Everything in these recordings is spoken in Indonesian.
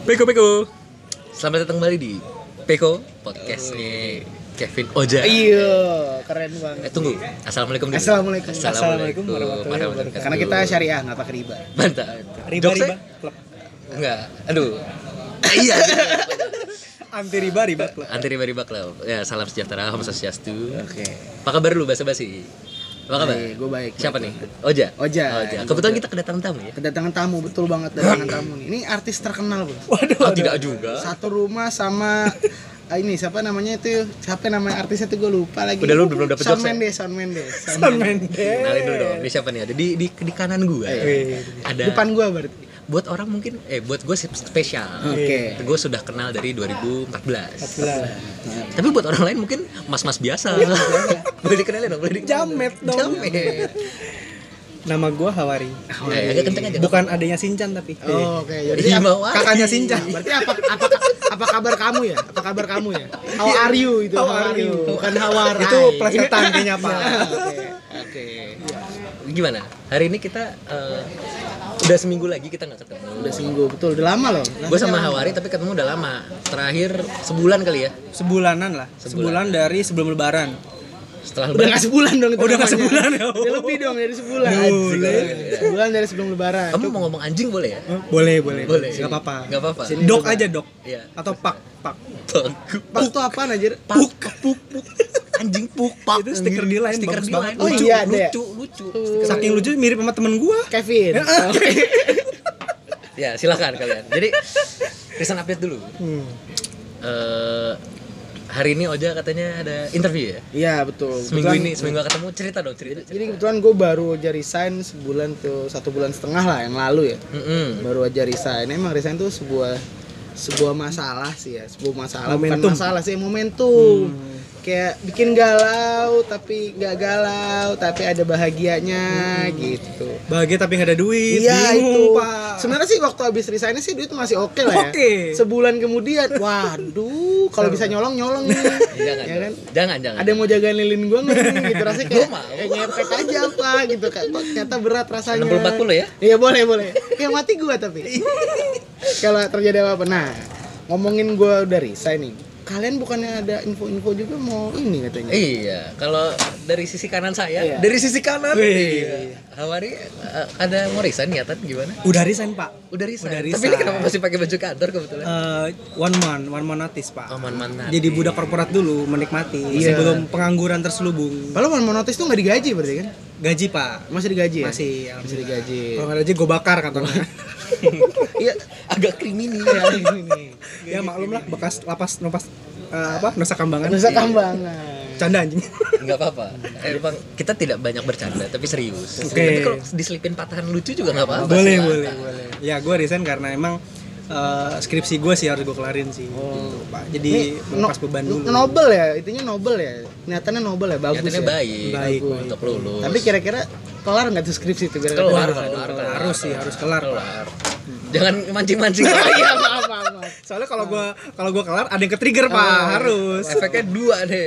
Peko. Selamat datang kembali di Peko Podcastnya Kevin Oja. Iya, keren banget. Tunggu. Assalamualaikum dulu. Assalamualaikum warahmatullahi wabarakatuh. Karena kita syariah, nggak pakai riba. Mantap. Riba klub. Enggak. Aduh. Iya. Anti riba klub. Anti riba klub. Ya, salam sejahtera, Om Swastiastu. Oke. Apa kabar lu basa-basi? Apa kabar? Gue baik. Siapa nih? Oja. Kebetulan kita kedatangan tamu ya. Kedatangan tamu, betul banget kedatangan tamu nih. Ini artis terkenal, Bos. Waduh. Tidak juga. Satu rumah sama ini siapa namanya itu? Siapa namanya artisnya itu gue lupa lagi. Udah lu belum dapet Shawn Mendes. Kenalin dulu dong. Ini siapa nih? Ada di kanan gua. Ada depan gua berarti. Buat orang mungkin buat gue spesial. Oke. Gue sudah kenal dari 2014. Tapi buat orang lain mungkin mas-mas biasa. Boleh dikenalin dong, Jamet dong. Nama gue Hawari. Agak kenceng aja. Bukan adanya Shinchan tapi. Oh, oke. Jadi kakaknya Shinchan. Berarti apa kabar kamu ya? How are you itu? How are you? Bukan hawar. Itu plesetan kayaknya, Pak. Oke. Gimana? Hari ini kita udah seminggu lagi kita nggak ketemu. Udah seminggu, betul. Udah lama loh. Gue sama Hawari tapi ketemu udah lama. Terakhir sebulan kali ya? Sebulanan lah. Sebulan dari sebelum Lebaran. Setelah udah nggak sebulan dong itu. Udah nggak sebulan ya. Udah lebih dong dari sebulan. Sebulan dari sebelum Lebaran. Kamu mau ngomong anjing boleh ya? Boleh. Gak apa-apa. Dok aja dok. Iya. Atau pak. Pak itu apaan anjir? Puk. Anjing puk pak. Itu stiker di line. Stiker di line. Oh iya deh. Lucu. Saking lucu mirip sama temen gua. Kevin. Ya silakan kalian. Jadi recent update dulu. Hari ini Oja katanya ada interview ya? Iya betul. Seminggu gak ketemu, cerita dong. Jadi kebetulan gue baru aja resign 1,5 bulan lah yang lalu ya. Baru aja resign. Emang resign tuh sebuah masalah sih ya. Bukan masalah sih, momentum. Kayak bikin galau tapi nggak galau tapi ada bahagianya gitu. Bahagia tapi nggak ada duit. Iya bingung, itu. Pak. Sebenarnya sih waktu habis resignnya sih duit masih oke lah ya. Sebulan kemudian, waduh, kalau bisa nyolong nih. Jangan. Ada yang mau jagain lilin gua nggak nih? Gitu rasanya kayak nyepet aja apa gitu. Kok ternyata berat rasanya. 60-40 ya? Iya boleh. Kayak mati gua tapi. Kalau terjadi apa-apa. Nah, ngomongin gua udah resign nih. Kalian bukannya ada info-info juga mau ini katanya? Iya, kalau dari sisi kanan saya, iya. dari sisi kanan. Iya. Hawari ada mau resign niatan gimana? Udah resign pak. Udah resign. Tapi ini kenapa masih pakai baju kantor kebetulan? One month notice pak. One month notice. Jadi budak korporat dulu menikmati sebelum pengangguran terselubung. Kalau one month notice tuh nggak digaji berarti kan? Masih pak. Masih digaji ya? Masih digaji. Kalau nggak gaji gue bakar kantornya. Iya, agak kriminal ya maklum lah bekas lapas Nusa Kambangan. Canda anjing. Enggak apa-apa. Emang kita tidak banyak bercanda tapi serius. Oke. Tapi kalau diselipin patahan lucu juga enggak apa-apa. Boleh. Ya gue resign karena emang skripsi gue sih harus gue kelarin sih. Gitu, Pak. Jadi melepas beban dulu. Nobel ya, intinya nobel ya. Niatannya nobel ya, bagus. Niatannya ya. baik untuk lulus. Tapi kira-kira kelar nggak tuh skripsi itu? Kelar. Harus kelar. Jangan mancing-mancing. Iya, maaf. Soalnya kalau gua kelar ada yang ke-trigger, Pak. Harus. Efeknya 2 deh.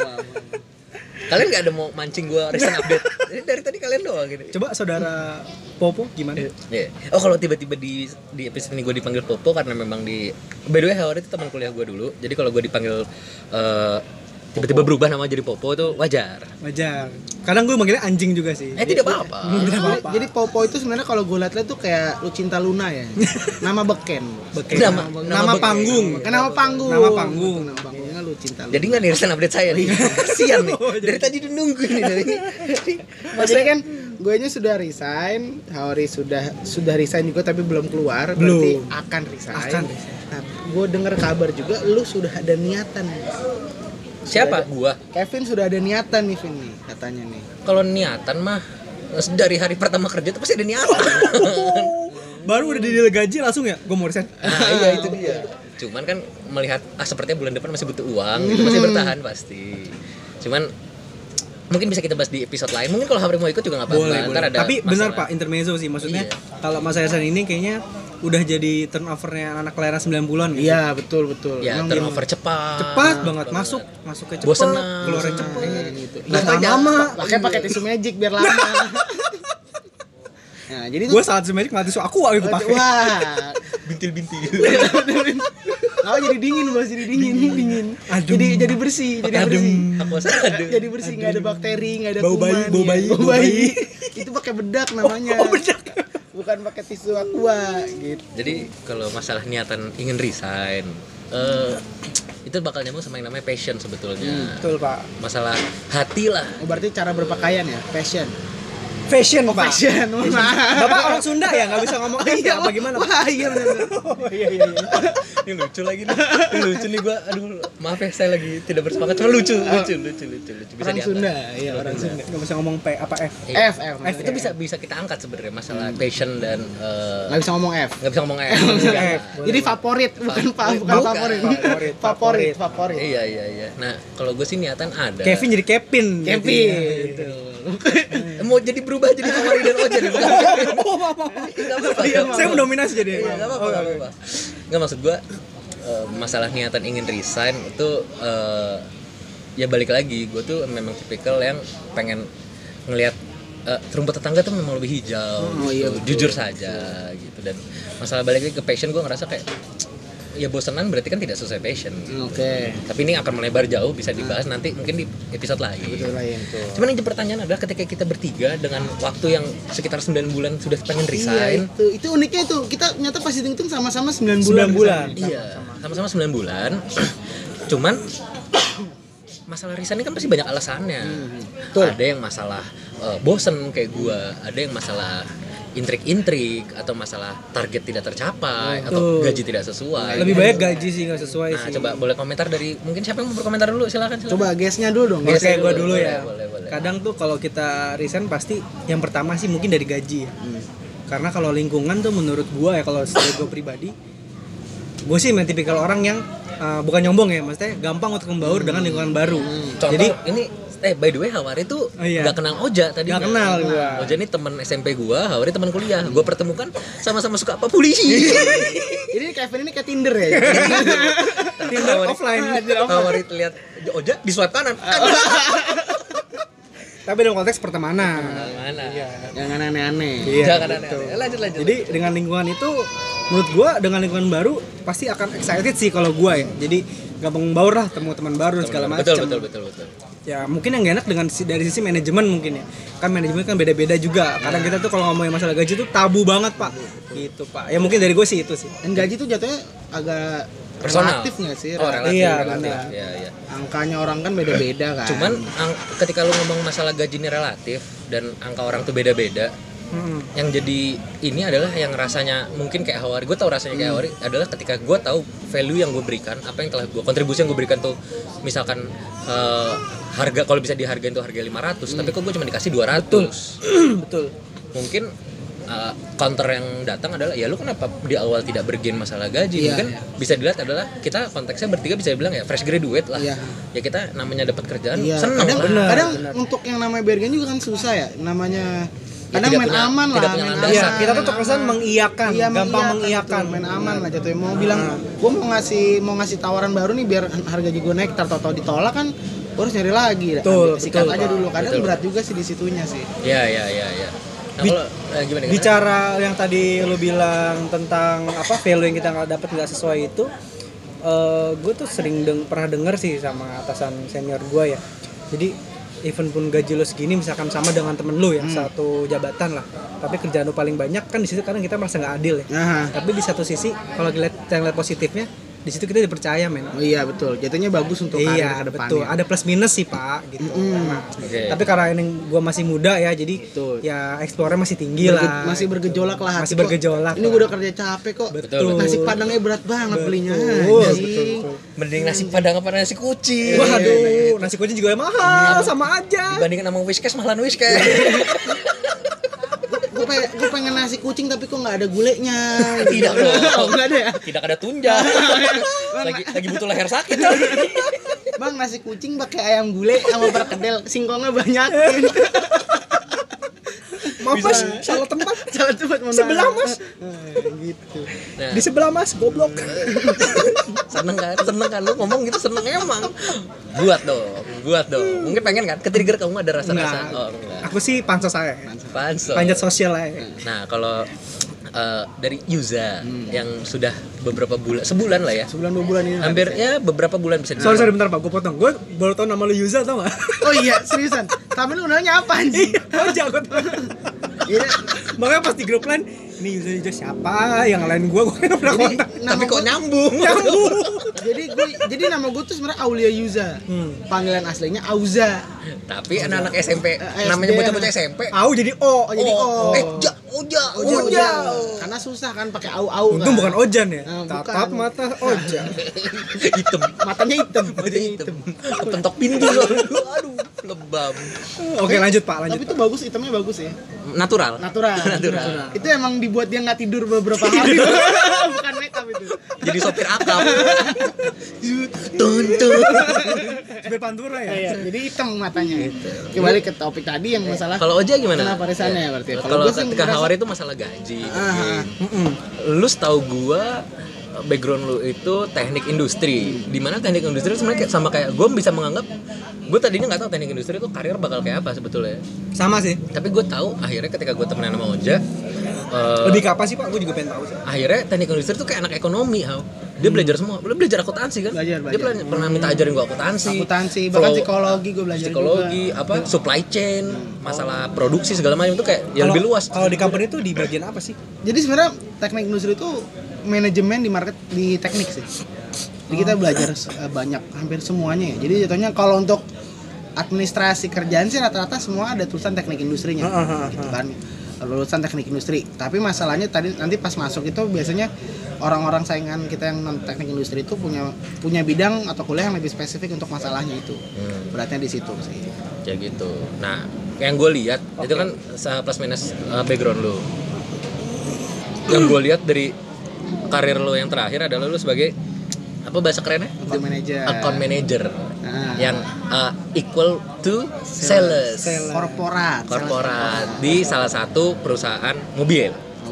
Kalian enggak ada mau mancing gua recent update. Jadi dari tadi kalian doang gitu. Coba saudara Popo gimana? Iya. Oh, kalau tiba-tiba di episode ini gua dipanggil Popo karena memang by the way Hawari itu teman kuliah gua dulu. Jadi kalau gua dipanggil tiba-tiba berubah nama jadi Popo itu wajar. Kadang gue manggilnya anjing juga sih. Tidak apa-apa. Jadi Popo itu sebenarnya kalau gue lihat tuh kayak Lucinta Luna ya. Nama beken. Nama panggung. Nama panggungnya Lucinta Luna. Jadi enggak nih recent update saya nih. Kasian nih. Dari tadi nunggu nih dari. Maksudnya kan gue nya sudah resign, Hawari sudah resign juga tapi belum keluar, berarti akan resign. Nah, gue dengar kabar juga lu sudah ada niatan. Siapa? Gua. Kevin sudah ada niatan nih, Vin nih, katanya nih. Kalau niatan mah dari hari pertama kerja tuh pasti ada niatan. Baru udah di gaji langsung ya, gue mau resign. Iya itu dia. Cuman kan melihat sepertinya bulan depan masih butuh uang, gitu, masih bertahan pasti. Cuman mungkin bisa kita bahas di episode lain. Mungkin kalau Hamri mau ikut juga nggak apa-apa. Boleh. Tapi benar Pak, intermezzo sih maksudnya. Kalau Mas Hasan ini kayaknya udah jadi turnovernya anak kelahiran 90-an gitu. Iya, betul. Ya, turnover cepat banget. Masuk ke cepat. Bosen keluarnya cepat. Gitu. Lama. Pakai tisu magic biar lama. Nah, jadi gue saat semenjak nggak tisu aku pakai. Wah, bintil-bintil. Oh jadi dingin bos, jadi dingin. Jadi bersih, jadi bersih, nggak ada bakteri, nggak ada kuman. Bau bayi. Itu pakai bedak namanya. Bukan pakai tisu aqua gitu. Jadi kalau masalah niatan ingin resign, itu bakal nyambung sama yang namanya passion sebetulnya. Betul Pak. Masalah hati lah. Berarti cara berpakaian ya, fashion. Fashion Pak. Fashion. Bapak orang Sunda ya, nggak bisa ngomong iya apa gimana? Wah iya benar. Iya. Ini lucu lagi nih. Ini lucu nih gua. Aduh, maaf ya saya lagi tidak bersemangat. Cuma lucu. Bisa Orang diangkat. Sunda, iya orang Sunda. Nggak bisa ngomong P apa F. F. F itu bisa kita angkat sebenarnya masalah passion dan Nggak bisa ngomong F. nggak bisa ngomong F. Jadi favorit, bukan favorit. Iya. Nah, kalau gue sih niatan ada. Kevin jadi Kevin. Gitu. Mau jadi berubah jadi Mawari dan Oja nih, bukan? Enggak apa-apa. Saya mendominasi jadi. Iya, enggak apa-apa. Enggak, maksud gua masalah niatan ingin resign itu ya balik lagi, gua tuh memang tipikal yang pengen ngelihat rumput tetangga tuh memang lebih hijau. Iya, jujur saja gitu. Dan masalah balik lagi ke passion, gua ngerasa kayak ya bosenan berarti kan tidak sesuai passion gitu. Oke. Tapi ini akan melebar jauh, bisa dibahas nanti mungkin di episode lain. Betul lain tuh. Cuman yang jadi pertanyaan adalah ketika kita bertiga dengan waktu yang sekitar 9 bulan sudah pengen Iya resign. itu uniknya itu. Kita nyata pas hitung sama-sama 9 bulan. 9 bulan. Iya, sama-sama 9 bulan. Cuman masalah resign ini kan pasti banyak alasannya. Betul. Ada yang masalah bosen kayak gua, ada yang masalah intrik-intrik atau masalah target tidak tercapai atau gaji tidak sesuai. Lebih banyak gaji sih nggak sesuai Nah, sih. coba boleh komentar dari mungkin siapa yang mau berkomentar dulu, silakan. Coba guys-nya dulu dong. Oke, Biasanya gue dulu ya. boleh. Kadang tuh kalau kita resign pasti yang pertama sih mungkin dari gaji ya. Karena kalau lingkungan tuh menurut gue ya, kalau sebagai gue pribadi, gue sih memang tipikal orang yang bukan nyombong ya, maksudnya gampang untuk membaur dengan lingkungan baru. Contoh, Jadi ini by the way Hawari tuh nggak kenal Oja tadi. Nggak kenal gua. Oja ini teman SMP gua, Hawari teman kuliah. Gua pertemukan sama-sama suka apa polisi. Ini Kevin ini kayak Tinder ya. Tinder offline. Hawari lihat Oja di swipe kanan. Tapi dalam konteks pertemanan. Mana? Jangan aneh-aneh. Iya, Jangan betul. aneh-aneh. Lanjut. Jadi dengan lingkungan itu menurut gua dengan lingkungan baru pasti akan excited sih kalau gua ya. Jadi gampang membaur lah, temu teman baru dan segala macam. Betul. Ya mungkin yang gak enak dengan dari sisi manajemen mungkin ya. Kan manajemen kan beda-beda juga. Kadang kita tuh kalau ngomongin masalah gaji tuh tabu banget, Pak. Gitu, Pak. Ya mungkin dari gue sih itu sih. Dan gaji tuh jatuhnya agak Personal. relatif nggak sih? Relatif. Iya, Iya. Angkanya orang kan beda-beda kan. Cuman ketika lu ngomong masalah gaji ini relatif dan angka orang tuh beda-beda, yang jadi ini adalah yang rasanya mungkin kayak Hawari, gue tau rasanya kayak Hawari adalah ketika gue tahu value yang gue berikan, apa yang telah gue kontribusi yang gue berikan tuh misalkan harga kalau bisa dihargain tuh harga 500, tapi kok gue cuma dikasih 200. Betul. Mungkin counter yang datang adalah ya lu kenapa di awal tidak bergen masalah gaji. Mungkin bisa dilihat adalah kita konteksnya bertiga bisa dibilang ya fresh graduate lah. Ya kita namanya dapat kerjaan seneng lah. Kadang untuk yang namanya bergen juga kan susah ya, namanya kadang main aman lah. Iya, kita tuh terkesan mengiyakan, gampang mengiyakan. Main aman lah jatuhnya. Mau bilang gue mau ngasih tawaran baru nih biar harga gue naik, tahu ditolak kan gue harus nyari lagi. Sikat aja dulu. Kadang berat juga sih di situnya sih. Iya. Nah, kalau gimana? Bicara yang tadi lu bilang tentang apa value yang kita nggak dapat nggak sesuai itu, gue tuh sering pernah denger sih sama atasan senior gue ya. Jadi even pun gaji lu segini misalkan sama dengan temen lu ya, satu jabatan lah, tapi kerjaan lu paling banyak kan di situ kadang kita merasa nggak adil ya. Tapi di satu sisi kalau kita lihat positifnya, di situ kita dipercaya men. Oh iya betul, jatuhnya bagus untuk karir ke depannya. Betul, ada plus minus sih Pak gitu. Tapi karena ini gue masih muda ya, jadi ya explore-nya masih tinggi lah. Masih bergejolak lah hati. Masih bergejolak. Ini gue udah kerja capek kok. Betul. Nasi padangnya berat banget belinya. Betul. Mending nasi padang apa nasi kucing. Waduh, nasi kucing juga mahal, sama aja. Dibandingin sama Whiskas mahalan Whiskas. Gue pengen nasi kucing tapi kok nggak ada gulenya. Tidak dong. Nggak ada ya. Tidak ada tunjang. lagi butuh leher sakit. Bang, nasi kucing pakai ayam gulai sama perkedel, singkongnya banyak. Maaf Mas, salah tempat. Sebelah Mas. Gitu. Nah, Di sebelah Mas, goblok. seneng kan lu ngomong gitu, seneng emang. Buat dong. Mungkin pengen kan ke-trigger kamu ada rasa-rasa. Enggak. Aku sih pansos saya. Pansos. Panjat sosial aja. Nah, kalau dari Yuza yang sudah beberapa bulan, sebulan lah ya. Sebulan 2 bulan ini. Hampir ya beberapa bulan bisa dibilang. Sorry bentar Pak, gue potong. Gue baru tau nama lu Yuza tau gak? Oh iya, seriusan. Tapi lu namanya apa anjing? Aja gue tau. Iya. Makanya pas di grup lain, ini Yuza siapa? Yang lain gue kan pernah kontak. Tapi kok nyambung? Jadi nama gue tuh sebenarnya Aulia Yuza. Panggilan aslinya Auza. Tapi anak-anak SMP namanya SD. bocah-bocah SMP. Au jadi O. Jadi O. Oja. Karena susah kan pakai au-au. Untung bukan kan. Ojan ya. Nah, Tatap bukan. mata Ojan. Hitam. Matanya hitam. Kepentok pintu loh. Aduh, lebam. Oke lanjut Pak, lanjut. Tapi itu bagus, hitamnya bagus ya. Natural. Natural. Itu emang dibuat dia nggak tidur beberapa hari. Bukan make up itu. Jadi sopir akap. Tuntun. Supir Pantura ya. Iya, jadi hitam matanya. Kembali ke topik tadi yang masalah. Kalau Oja gimana? Kenapa resannya berarti? Kalau gua sih ketika ngerasa- Hawari itu masalah gaji. Aha. Lu setahu gua background lu itu teknik industri. Di mana teknik industri itu sebenarnya sama kayak gue bisa menganggap gue tadinya nggak tahu teknik industri itu karir bakal kayak apa sebetulnya. Sama sih. Tapi gue tahu akhirnya ketika gue temenan sama Oja, Lebih ke apa sih Pak? Gue juga pengen tahu sih. akhirnya teknik industri itu kayak anak ekonomi, Dia belajar semua. Dia belajar akuntansi kan? Belajar. Dia pernah minta ajarin gue akuntansi. Bahkan psikologi gue belajar psikologi, apa supply chain, masalah produksi segala macam itu kayak ya lebih luas. Kalau di company itu di bagian apa sih? Jadi sebenarnya teknik industri itu manajemen di teknik sih. Jadi kita belajar banyak, hampir semuanya ya. Jadi jatuhnya kalau untuk administrasi kerjaan sih rata-rata semua ada tulisan teknik industrinya, gitu kan. Lulusan teknik industri. Tapi masalahnya nanti pas masuk itu biasanya orang-orang saingan kita yang non teknik industri itu punya bidang atau kuliah yang lebih spesifik untuk masalahnya itu. Beratnya di situ sih. Ya gitu. Nah, yang gue lihat itu kan plus minus background lo. Yang gue lihat dari karir lo yang terakhir adalah lo sebagai apa bahasa kerennya? Account manager. Yang equal to sales. Korporat Di salah satu perusahaan mobil.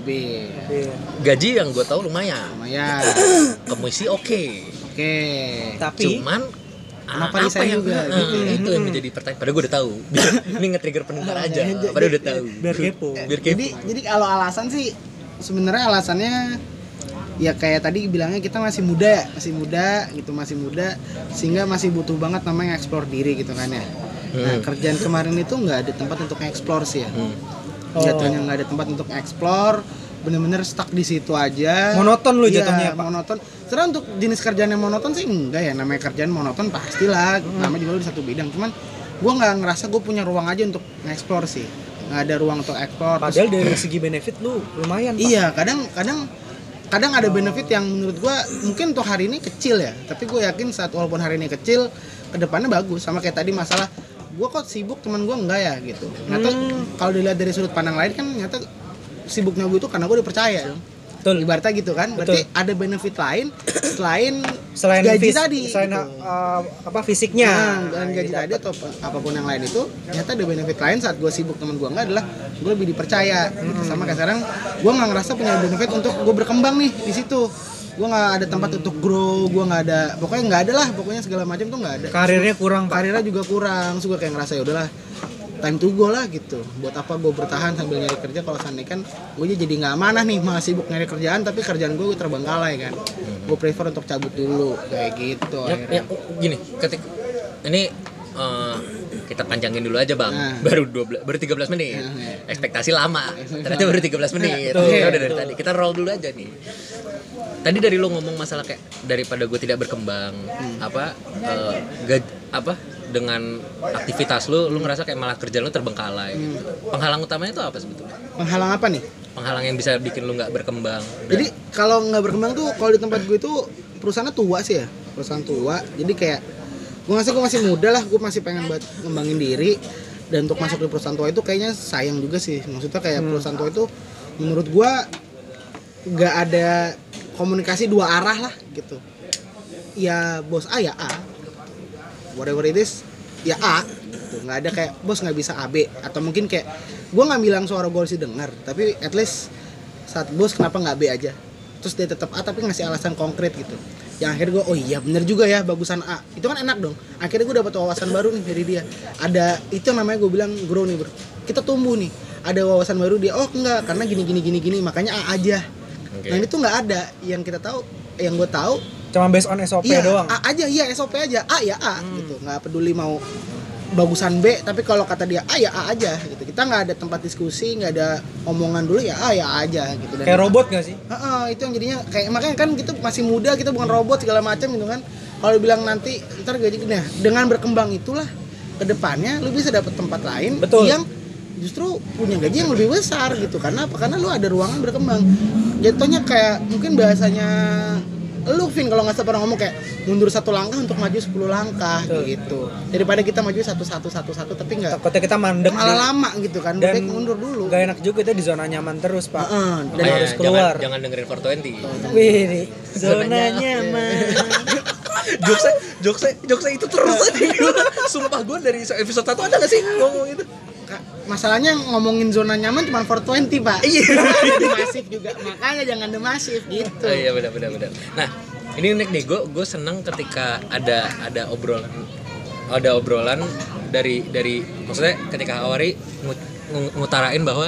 Gaji yang gue tahu lumayan. Komisi oke. Tapi Cuman kenapa resign juga gitu. Itu yang menjadi pertanyaan. Padahal gue udah tahu. Ini nge-trigger pendengar aja. Padahal udah tahu. biar kepo. Jadi kalau alasan sih sebenarnya alasannya ya kayak tadi bilangnya kita masih muda sehingga masih butuh banget namanya explore diri gitu kan ya. Nah kerjaan kemarin itu nggak ada tempat untuk explore sih ya. Jatuhnya nggak ada tempat untuk explore, bener-bener stuck di situ aja. Monoton lu jatuhnya, Pak. Monoton. Sebenarnya untuk jenis kerjaan yang monoton sih enggak ya, namanya kerjaan monoton pastilah. Namanya juga lu di satu bidang. Cuman gue nggak ngerasa gue punya ruang aja untuk explore sih. Nggak ada ruang untuk explore. Padahal dari segi benefit lu lumayan, Pak. Iya, kadang ada benefit yang menurut gua mungkin untuk hari ini kecil ya, tapi gue yakin walaupun hari ini kecil, kedepannya bagus. Sama kayak tadi masalah gua kok sibuk, teman gua enggak ya gitu. Ternyata kalau dilihat dari sudut pandang lain kan ternyata sibuknya gue itu karena gue dipercaya dong. Betul. Ibaratnya gitu kan. Berarti ada benefit lain selain gaji tadi. Selain gitu. Fisiknya. Dan gaji tadi atau apapun yang lain itu ternyata ada benefit lain saat gue sibuk, teman gue enggak, adalah gue lebih dipercaya gitu. Sama kayak sekarang gue nggak ngerasa punya benefit untuk gue berkembang nih di situ. Gue nggak ada tempat untuk grow, gue nggak ada, pokoknya nggak ada lah, pokoknya segala macam tuh nggak ada. Karirnya kurang, Pak. Karirnya juga kurang, so gue kayak ngerasa ya udahlah, time to go lah gitu. Buat apa gue bertahan sambil nyari kerja kalau seandainya kan gue jadi nggak amanah nih, masih sibuk nyari kerjaan tapi kerjaan gue terbengkalai kan. Gue prefer untuk cabut dulu kayak gitu. Ya, gini, ketika ini kita panjangin dulu aja Bang. Baru 13 menit. Ekspektasi lama. Ternyata baru 13 menit. Udah dari tadi. Kita roll dulu aja nih. Tadi dari lo ngomong masalah kayak daripada gue tidak berkembang, dengan aktivitas lu ngerasa kayak malah kerjaan lu terbengkalai. Penghalang utamanya itu apa sebetulnya? Penghalang apa nih? Penghalang yang bisa bikin lu nggak berkembang. Jadi kalau nggak berkembang tuh, kalau di tempat gue itu perusahaannya tua sih ya, perusahaan tua. Jadi kayak gue ngerasa gue masih muda lah, gue masih pengen buat ngembangin diri. Dan untuk masuk di perusahaan tua itu kayaknya sayang juga sih. Maksudnya kayak perusahaan tua itu menurut gue nggak ada komunikasi dua arah lah gitu. Ya bos A ya A, whatever it is ya A gitu. Nggak ada kayak bos nggak bisa AB, atau mungkin kayak gue nggak bilang suara gue harus didengar, tapi at least saat bos kenapa nggak B aja, terus dia tetap A tapi ngasih alasan konkret gitu, yang akhirnya gue oh iya bener juga ya, bagusan A, itu kan enak dong. Akhirnya gue dapat wawasan baru nih dari dia, ada itu yang namanya gue bilang grow nih bro, kita tumbuh nih. ada wawasan baru dia, oh enggak, karena gini makanya A aja. Nah itu nggak ada. Yang kita tahu, yang gue tahu cuma based on SOP doang. A aja, iya SOP aja, A ya A gitu, nggak peduli mau bagusan B, tapi kalau kata dia A ya A aja gitu. Kita nggak ada tempat diskusi, nggak ada omongan dulu, ya A ya A aja gitu. Dan kayak robot nggak sih? itu yang jadinya kayak, makanya kan kita masih muda, kita bukan robot segala macam gitu kan. Kalau bilang nanti ntar gaji gini, dengan berkembang itulah kedepannya lu bisa dapet tempat lain. Betul. Yang justru punya gaji yang lebih besar gitu. Karena apa? Karena lu ada ruangan berkembang. Jatuhnya kayak mungkin bahasanya lu Vin, kalau nggak salah pernah ngomong kayak mundur 1 langkah untuk maju 10 langkah. Betul. Gitu. Daripada kita maju satu tapi nggak, takutnya kita mandek malah lama gitu kan. Dan baik mundur dulu. Gak enak juga kita di zona nyaman terus, Pak. Dan Makanya harus keluar. Jangan dengerin 420. Wih, zona nyaman. Jokesnya itu terus aja. Sumpah gue dari episode 1 ada gak sih ngomong itu? Masalahnya ngomongin zona nyaman cuma 420, Pak. Iya. Ada masif juga. Makanya jangan masif gitu. Oh, iya benar. Nah, ini unik nih, gue senang ketika ada obrolan dari maksudnya ketika Awari ngutarain bahwa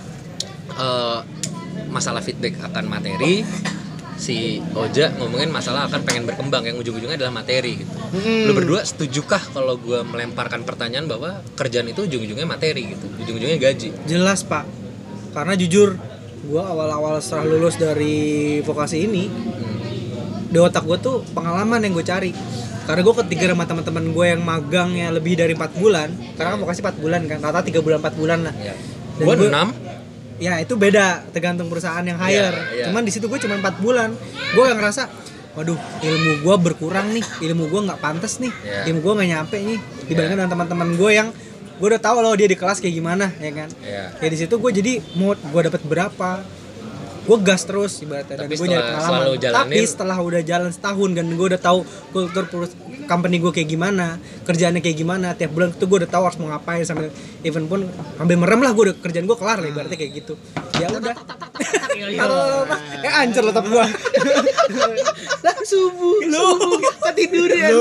masalah feedback akan materi, si Oja ngomongin masalah akan pengen berkembang yang ujung-ujungnya adalah materi gitu. Lu berdua setujukah kalau gue melemparkan pertanyaan bahwa kerjaan itu ujung-ujungnya materi gitu, ujung-ujungnya gaji? Jelas, Pak. Karena jujur, gue awal-awal setelah lulus dari vokasi ini, di otak gue tuh pengalaman yang gue cari. Karena gue ketiga sama teman-teman gue yang magangnya lebih dari 4 bulan. Karena kan vokasi 4 bulan kan, rata 3 bulan 4 bulan lah. Ya. Gue 6. Ya itu beda, tergantung perusahaan yang hire. Cuman di situ gue cuma 4 bulan. Gue yang ngerasa, waduh, ilmu gue berkurang nih, ilmu gue nggak pantas nih, ilmu gue nggak nyampe nih dibandingkan dengan teman-teman gue yang gue udah tahu loh dia di kelas kayak gimana, ya kan? Ya di situ gue jadi mau gue dapat berapa, gue gas terus ibaratnya. Dan gue nyari pengalaman. Tapi setelah udah jalan setahun dan gue udah tahu kultur company gue kayak gimana, kerjaannya kayak gimana, tiap bulan itu gue udah tahu harus mau ngapain, sampai event pun ambil merem lah, gue udah kerjaan gue kelar lah ibaratnya kayak gitu. Ya udah. Hancur tetap gue. Lah subuh ketiduran.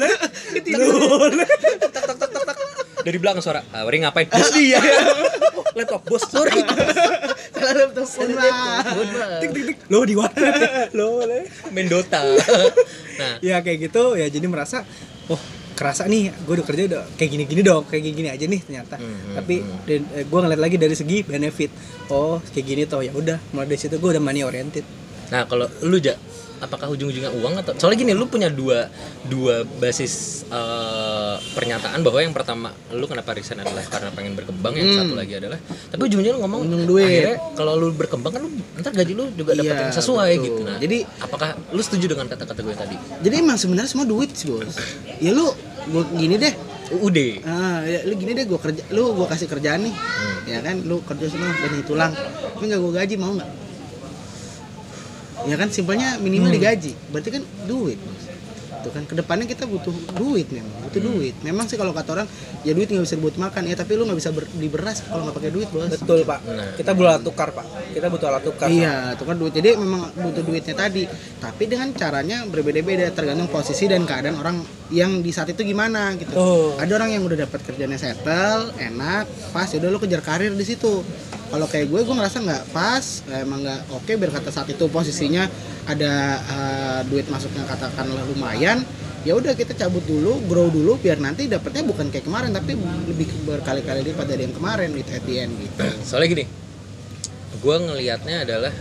Tak. Dari belakang suara, Awari ngapain? Bos dia. Laptop bos, sorry. Salah laptop bos. Tik. Lo di mana? Lo main Dota. Nah, ya kayak gitu ya, jadi merasa kerasa nih gue udah kerja udah kayak gini dong, kayak gini aja nih ternyata. Tapi gue ngeliat lagi dari segi benefit, kayak gini toh, ya udah mulai dari situ gue udah money oriented. Nah kalau lu apakah ujung-ujungnya uang atau soalnya gini, lu punya dua basis pernyataan bahwa yang pertama lu kenapa resign adalah karena pengen berkembang, yang satu lagi adalah tapi ujung-ujungnya lu ngomong duit. Akhirnya kalau lu berkembang kan lu ntar gaji lu juga dapat yang sesuai betul. Gitu. Nah, jadi apakah lu setuju dengan kata-kata gue tadi? Jadi emang sebenarnya semua duit sih, Bos. Ya lu gini deh. Ya, lu gini deh, gue kasih kerjaan nih. Ya kan, lu kerja semua dan tulang. Tapi enggak gue gaji, mau enggak? Ya kan, simpelnya minimal digaji. Berarti kan duit, Bos. Itu kan kedepannya kita butuh duit, duit. Memang sih kalau kata orang ya duit nggak bisa dibuat makan ya, tapi lu nggak bisa beli beras kalau nggak pakai duit, Bos. Betul, Pak. Kita butuh alat tukar, Pak. Kita butuh alat tukar. Iya, tukar duit. Jadi memang butuh duitnya tadi, tapi dengan caranya berbeda-beda tergantung posisi dan keadaan orang yang di saat itu gimana gitu. Ada orang yang udah dapat kerjanya settle, enak, pas, ya udah lu kejar karir di situ. Kalau kayak gue ngerasa nggak pas, emang nggak oke, biar kata saat itu posisinya ada duit masuknya katakanlah lumayan, ya udah kita cabut dulu, grow dulu, biar nanti dapatnya bukan kayak kemarin tapi lebih berkali-kali lipat dari yang kemarin gitu at the end gitu. Soalnya gini, gue ngelihatnya adalah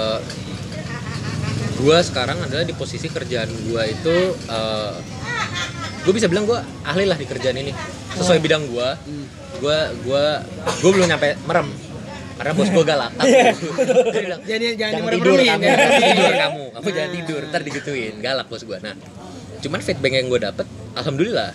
gue sekarang adalah di posisi kerjaan gue itu gue bisa bilang gue ahli lah di kerjaan ini sesuai bidang gue. Gue belum nyampe merem karena bos gue galak. Jangan tidur kamu jangan tidur, ntar digituin, galak bos gue. Nah, cuman feedback yang gue dapet, alhamdulillah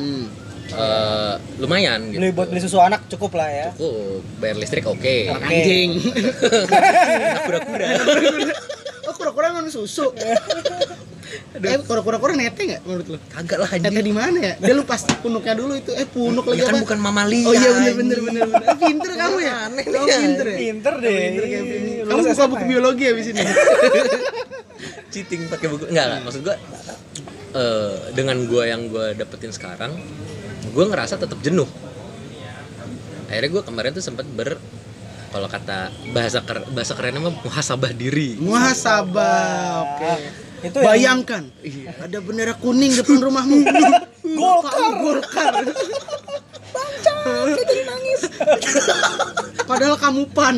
lumayan gitu. Buat beli susu anak cukup lah ya. Cukup, bayar listrik oke. Anjing. Kura-kura. Kura-kura emang susu. Kura-kura nete nggak menurut lo? Kagak lah anjing. Nete di mana ya? Dia lu pas punuknya dulu itu. Punuk lagi kan apa? Bukan mamalia. Oh iya bener. Pinter kamu ya? Kamu pinter ya? Pinter deh. Kamu buka buku biologi abis ini. Cheating pakai buku. Enggak, maksud gua dengan gua yang gua dapetin sekarang, gua ngerasa tetap jenuh. Akhirnya gua kemarin tuh sempat kalau kata bahasa kerennya mah muhasabah diri. Muhasabah, oke. Itu Bayangkan, ada bendera kuning depan rumahmu. Golkar. Baca, saya jadi nangis. Padahal kamu PAN.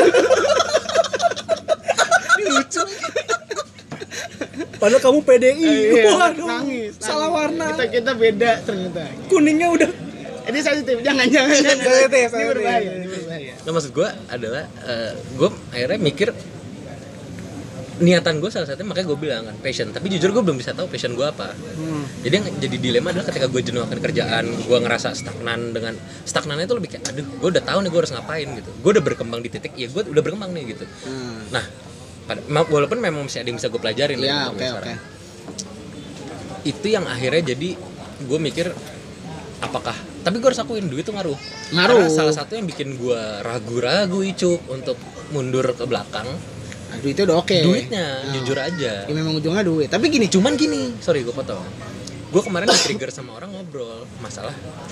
Lucu. Padahal kamu PDI. Waduh, nangis. Salah warna. Kita beda ternyata. Kuningnya udah. Ini sensitif, jangan. Sensitif. Ini berbahaya. Nah maksud gue adalah gue akhirnya mikir niatan gue salah satunya, makanya gue bilang kan passion, tapi jujur gue belum bisa tahu passion gue apa. Jadi yang jadi dilema adalah ketika gue jenuh akan kerjaan, gue ngerasa stagnannya itu lebih kayak aduh gue udah tahu nih gue harus ngapain gitu, gue udah berkembang di titik ya gue udah berkembang nih gitu. Nah walaupun memang masih ada yang bisa gue pelajarin ya, oke. Itu yang akhirnya jadi gue mikir apakah, tapi gue harus akuin duit tuh ngaruh. Karena salah satu yang bikin gue ragu-ragu Icuk untuk mundur ke belakang. Aduh itu udah oke. Duitnya, jujur aja. Ya memang ujungnya duit. Tapi gini, sorry gue potong. Gue kemarin di-trigger sama orang ngobrol masalah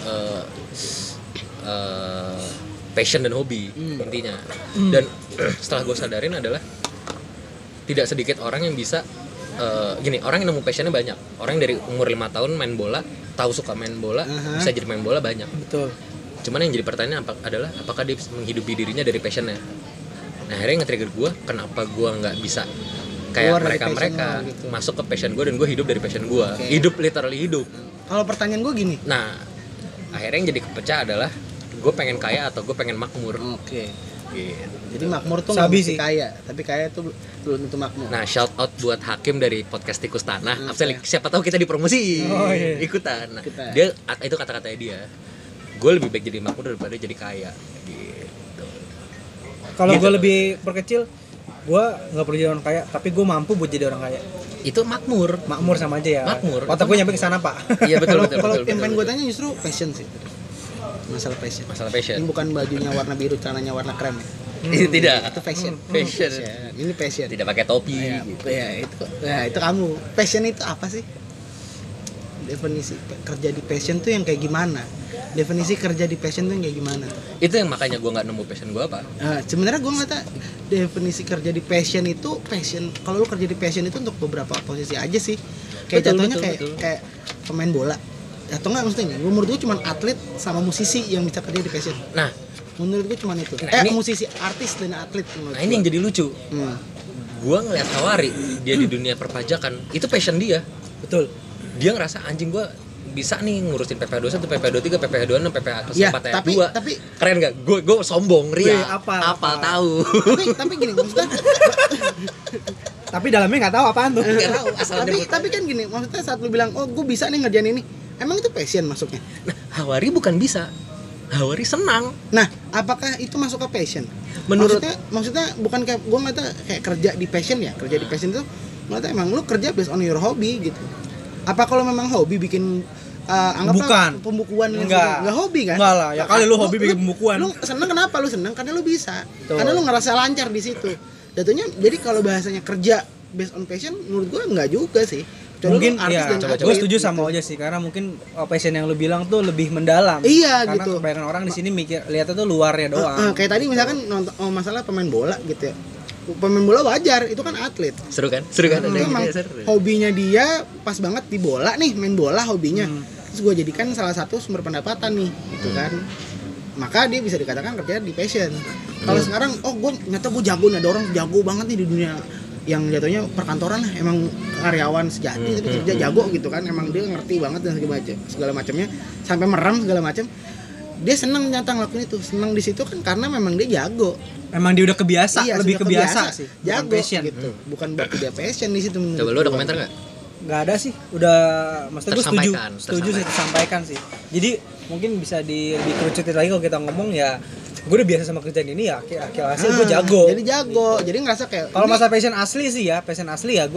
passion dan hobi intinya. Dan setelah gue sadarin adalah tidak sedikit orang yang bisa orang yang nemu passionnya banyak. Orang yang dari umur 5 tahun main bola, tahu suka main bola, bisa jadi main bola banyak. Betul. Cuman yang jadi pertanyaan adalah apakah dia bisa menghidupi dirinya dari passionnya. Nah akhirnya nge-trigger gue, kenapa gue nggak bisa kayak mereka gitu. Masuk ke passion gue dan gue hidup dari passion gue, hidup literally hidup. Kalau pertanyaan gue gini, nah akhirnya yang jadi kepecah adalah gue pengen kaya atau gue pengen makmur. Oke. Gitu. Jadi makmur tuh nggak mesti kaya, tapi kaya tuh belum tentu makmur. Nah shout out buat Hakim dari podcast Tikus Tanah. Siapa tahu kita dipromosi, ikutan. Nah, dia itu kata-katanya dia. Gue lebih baik jadi makmur daripada jadi kaya. Kalau gue lebih perkecil, gue nggak perlu jadi orang kaya, tapi gue mampu buat jadi orang kaya. Itu makmur sama aja ya. Makmur. Otak gue nyampe ke sana pak. Iya betul. Kalau yang pengen gue tanya justru passion sih. Masalah passion. Ini bukan bajunya warna biru, celananya warna krem. Tidak. Itu passion. Passion. Ini passion. Tidak pakai topi. Gitu. Itu kamu. Passion itu apa sih? Definisi kerja di passion tuh yang kayak gimana? Definisi kerja di passion tuh yang kayak gimana? Itu yang makanya gue nggak nemu passion gue apa? Sebenarnya gue nggak tahu definisi kerja di passion itu kalau lu kerja di passion itu untuk beberapa posisi aja sih. Kayak contohnya kayak pemain bola. Atau enggak maksudnya? Menurut gue cuma atlet sama musisi yang bisa kerja di passion. Nah, menurut gue cuma itu. Musisi, artis dan atlet. Nah ini yang jadi lucu. Gue ngeliat Hawari dia di dunia perpajakan itu passion dia. Betul. Dia ngerasa anjing gue bisa nih ngurusin PPh 21, PPh 23, PPh 26, PPh 4 tapi keren gak? Gue sombong, ria. Apa tahu. Tapi gini maksudnya. Tapi dalamnya nggak tahu apaan tuh. Nggak tahu asalnya. Tapi kan gini, maksudnya saat lu bilang, oh gue bisa nih ngerjain ini, emang itu passion masuknya? Nah, Hawari bukan bisa. Hawari senang. Nah, apakah itu masuk ke passion? Maksudnya bukan kayak gue nggak tahu kayak kerja di passion ya. Kerja di passion itu nggak tahu emang lu kerja based on your hobby gitu. Apa kalau memang hobi bikin anggaplah pembukuan enggak hobi kan? Enggak lah, ya kali lu hobi bikin pembukuan. Lu seneng kenapa lu seneng? Karena lu bisa. Tuh. Karena lu ngerasa lancar di situ. Jatuhnya jadi kalau bahasanya kerja based on passion menurut gua enggak juga sih. Mungkin ya, gue setuju sama aja sih karena mungkin passion yang lu bilang tuh lebih mendalam. Iya karena gitu. Kebanyakan orang di sini mikir lihatnya tuh luarnya doang. Kayak tadi misalkan nonton masalah pemain bola gitu ya. Pemain bola wajar, itu kan atlet. Seru kan? Emang hobinya dia pas banget di bola nih, main bola hobinya. Terus gue jadikan salah satu sumber pendapatan nih, gitu kan. Maka dia bisa dikatakan kerja di passion. Kalau sekarang, nyata gue jago nih, ada orang jago banget nih di dunia yang jatuhnya perkantoran lah, emang karyawan sejati tapi kerja jago gitu kan, emang dia ngerti banget dan segala macamnya, sampai merem segala macam. Dia seneng nyata ngelakuin itu, seneng di situ kan karena memang dia jago. Emang dia udah kebiasa, lebih kebiasa sih. Jago passion gitu. Bukan berarti dia passion di situ. Coba lu ada komentar enggak? Enggak ada sih. Udah maksudnya gue setuju sih tersampaikan sih. Jadi mungkin bisa lebih kerucutin lagi kalau kita ngomong ya gue udah biasa sama kerjaan ini ya akhir hasil gue jago. Jadi jago. Jadi ngerasa kayak kalau masa passion asli sih ya, passion asli ya gue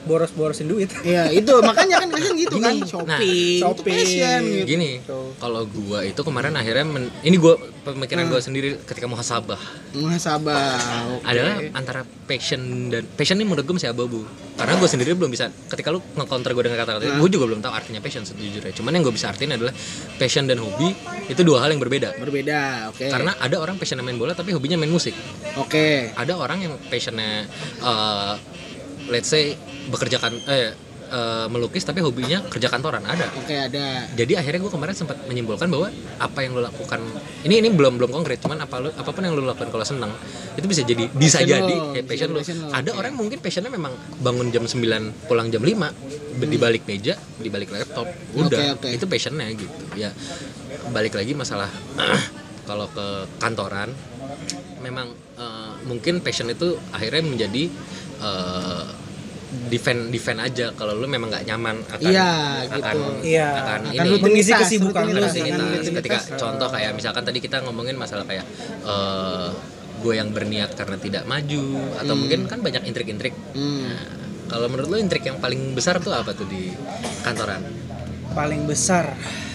boros-borosin duit. Iya itu makanya kan kalian gitu kan Gini, shopping, itu passion gitu. Gini, kalau gua itu kemarin akhirnya ini gua pemikiran gua sendiri ketika muhasabah. Muhasabah. Adalah antara passion dan passion ini menurut gua masih abu-abu. Karena gua sendiri belum bisa, ketika lu nge-counter gua dengan kata-kata itu, gua juga belum tahu artinya passion sejujurnya. Cuman yang gua bisa artiin adalah passion dan hobi itu dua hal yang berbeda. Oke. Karena ada orang passionnya main bola tapi hobinya main musik. Oke. Ada orang yang passionnya let's say melukis tapi hobinya kerja kantoran, ada. Oke, ada. Jadi akhirnya gue kemarin sempat menyimpulkan bahwa apa yang lo lakukan ini belum konkret, cuman apapun yang lo lakukan kalau senang itu bisa jadi passion lo. Ada orang mungkin passionnya memang bangun jam 9 pulang jam 5 di balik meja, di balik laptop, udah itu passionnya gitu ya. Balik lagi masalah kalau ke kantoran memang mungkin passion itu akhirnya menjadi defend aja kalau lu memang nggak nyaman akan ini mengisi kesibukan lu sih. Ketika contoh kayak misalkan tadi kita ngomongin masalah kayak gue yang berniat karena tidak maju atau mungkin kan banyak intrik-intrik. Nah, kalau menurut lu intrik yang paling besar tuh apa tuh di kantoran? Paling besar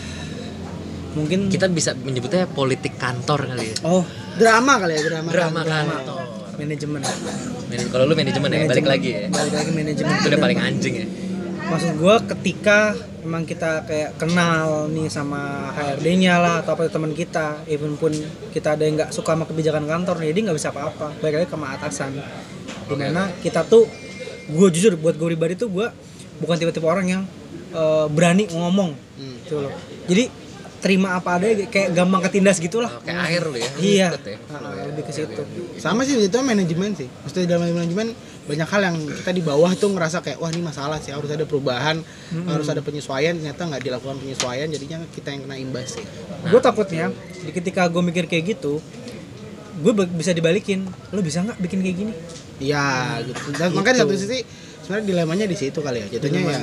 mungkin kita bisa menyebutnya politik kantor kali ya. Drama kali ya, drama kantor. Manajemen. Kalau lu manajemen ya, balik lagi manajemen. Itu udah paling anjing ya. Maksud gue ketika emang kita kayak kenal nih sama HRD-nya lah atau apa teman kita, even pun kita ada yang nggak suka sama kebijakan kantor, jadi nggak bisa apa-apa. Balik lagi sama atasan. Dimana kita tuh, gue jujur buat gue pribadi tuh gue bukan tipe-tipe orang yang berani ngomong, gitu loh. Jadi terima apa ada kayak gampang ketindas gitulah. Kayak air lu ya. Iya. Lebih ke situ. Sama sih itu manajemen sih. Maksudnya dalam manajemen banyak hal yang kita di bawah tuh ngerasa kayak wah ini masalah sih, harus ada perubahan, harus ada penyesuaian, ternyata nggak dilakukan penyesuaian, jadinya kita yang kena imbas sih. Gue takutnya ketika gue mikir kayak gitu, gue bisa dibalikin, lo bisa nggak bikin kayak gini? Iya gitu. Dan makanya satu sisi sebenarnya dilemanya di situ kali ya. Jatuhnya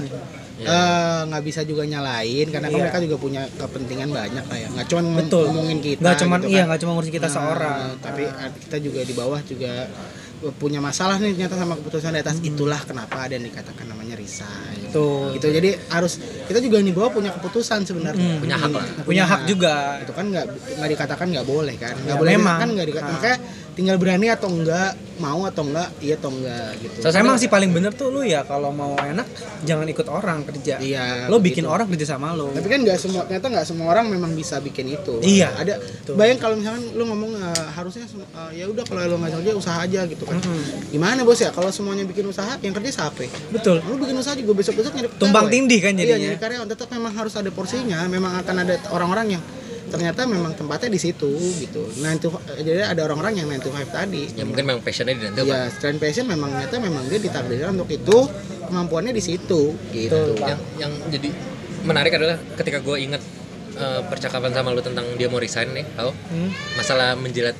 nggak bisa juga nyalain karena mereka juga punya kepentingan banyak lah ya. Nggak cuma ngomongin kita. Nggak cuma gitu kan. nggak cuma ngurusin kita seorang. Tapi kita juga di bawah juga punya masalah nih ternyata sama keputusan di atas. Itulah kenapa ada yang dikatakan namanya resign. Gitu. Jadi harus kita juga di bawah punya keputusan sebenarnya. Punya hak lah. Punya hak juga. Itu kan nggak dikatakan nggak boleh kan. Nggak boleh kan nggak dikatakan. Makanya tinggal berani atau enggak, mau atau enggak, iya atau enggak gitu. Emang sih paling bener tuh lu ya kalau mau enak jangan ikut orang kerja. Iya. Lo bikin orang kerja sama lo. Tapi kan ternyata nggak semua orang memang bisa bikin itu. Iya. Ada. Bayang kalau misalkan lu ngomong harusnya ya udah kalau lu nggak kerja usaha aja gitu kan. Gimana bos ya kalau semuanya bikin usaha yang kerja siapa? Betul. Lu bikin usaha juga besok nyari tumpang tindih kan jadinya. Iya, jadi karyawan tetap memang harus ada porsinya. Memang akan ada orang-orang yang ternyata memang tempatnya di situ gitu. Jadi ada orang-orang yang 9 to 5 tadi. Ya mungkin memang passionnya di situ. Iya, selain passion memang ternyata memang dia ditakdirkan untuk itu, kemampuannya di situ gitu. Yang jadi menarik adalah ketika gue ingat percakapan sama lu tentang dia mau resign nih, masalah menjilat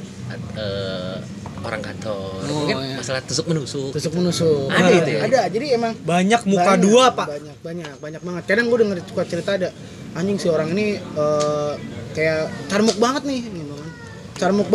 orang kantor, mungkin masalah tusuk menusuk. Ada itu ya? Ada. Jadi emang banyak muka dua pak. Banyak banget. Kadang gue denger suka cerita ada anjing si orang ini kayak carmuk banget nih, gitu kan. Carmuk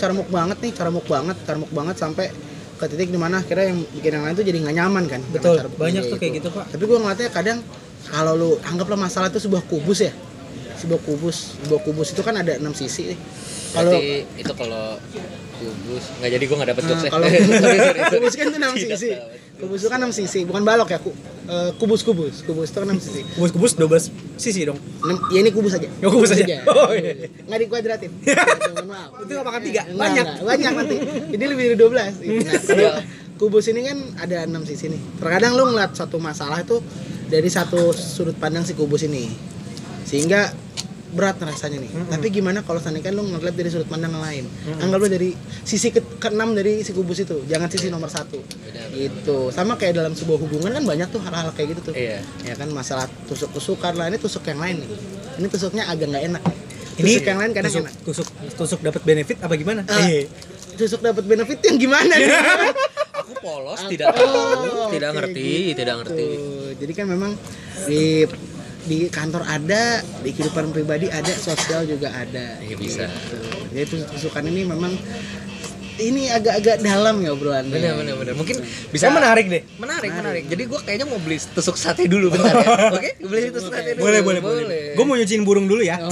banget sampai ke titik dimana akhirnya yang bikin yang lain tuh jadi nggak nyaman kan. Betul. Banyak tuh kayak gitu pak. Tapi gue ngeliatnya kadang kalau lu anggaplah masalah itu sebuah kubus ya. Sebuah kubus itu kan ada 6 sisi. Berarti itu kalau kubus nggak jadi gue nggak dapet jokes ya. Kalau kubus kan itu 6 sisi. Kubus itu kan 6 sisi, bukan balok ya. Kubus itu kan 6 sisi. Kubus 12 sisi dong. Ya ini kubus aja. Ya kubus aja. Oh iya. Nggak dikuadratin. Maaf. Itu apakah 3? Banyak nanti. Jadi lebih dari 12. Nah, kalau kubus ini kan ada 6 sisi nih. Terkadang lu ngeliat satu masalah itu dari satu sudut pandang si kubus ini. Sehingga berat rasanya nih. Tapi gimana kalau seandainya kan lu ngeliat dari sudut pandang yang lain. Anggap lu dari sisi ke-6 dari si kubus itu, jangan sisi nomor 1. Gitu. Sama kayak dalam sebuah hubungan kan banyak tuh hal-hal kayak gitu tuh. Iya. Ya kan masalah tusuk-tusukan lah, ini tusuk yang lain nih. Ini tusuknya agak enggak enak. Tusuk yang lain kadang enak. Tusuk dapat benefit apa gimana? Tusuk dapat benefit yang gimana nih? Aku polos, tidak tahu, tidak ngerti. Jadi kan memang di kantor ada, di kehidupan pribadi ada, sosial juga ada. Iya bisa. Gitu. Jadi tusukan ini memang ini agak-agak dalam ya obrolannya. Bener. Mungkin bisa menarik deh. Menarik. Jadi gue kayaknya mau beli tusuk sate dulu bentar ya. Oke? Beli tusuk sate dulu. Boleh. Gue mau nyuciin burung dulu ya.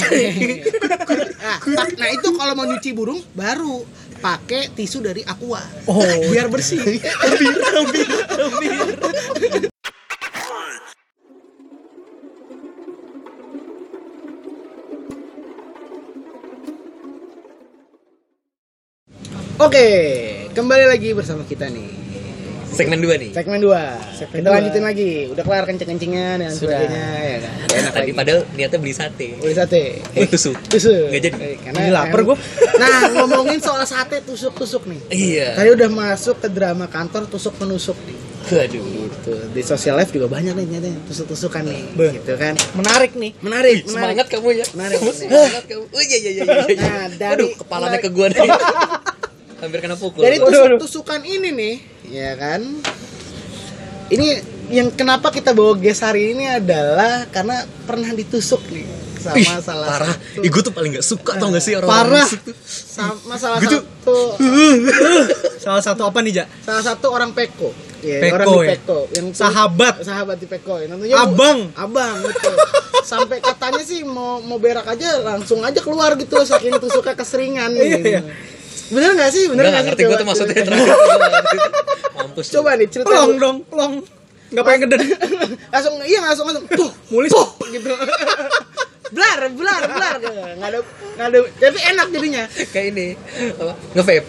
Nah, itu kalau mau nyuci burung baru pakai tisu dari Aqua. Oh, biar bersih. Oke, kembali lagi bersama kita nih. Segmen 2 nih. Segmen 2. Kita lanjutin lagi. Udah kelar kencing-kencingnya dan sebagainya ya kan. Enak Tadi lagi. padahal niatnya beli sate. Beli sate. Tusuk. Tusuk. Nggak jadi. Karena Ini lapar gua. Nah, ngomongin soal sate tusuk-tusuk nih. Iya. Tadi udah masuk ke drama kantor tusuk menusuk nih. Waduh. Gitu. Di social life juga banyak nih ternyata tusuk-tusukan nih. Gitu kan. Menarik nih. Menarik. Semangat kamu ya. Menarik. Semangat kamu. Oh iya. Nah, dari Aduh, kepalanya ke gua nih. Hampir kena pukul. Dari tusuk-tusukan ini nih, ya kan. Ini yang kenapa kita bawa guest hari ini adalah karena pernah ditusuk nih sama salah parah. satu. Gue tuh paling gak suka tau gak sih orang Parah. tusuk tuh. Sama salah Gitu. satu Salah satu apa nih, Ja? salah satu orang Peko. Ya, Peko, orang di ya? Peko yang sahabat di Peko. Ya. Tentunya abang betul. Sampai katanya sih mau berak aja langsung aja keluar gitu saking tusuknya keseringan gitu. Bener nggak sih? Bener gak ngerti gue tuh maksudnya terakhir. Mampus. Coba nih cerita. Plong. Nggak pengen gede. langsung tuh Mulis. gitu. blar nggak ada tapi enak jadinya. Kayak ini apa? Nge-vape.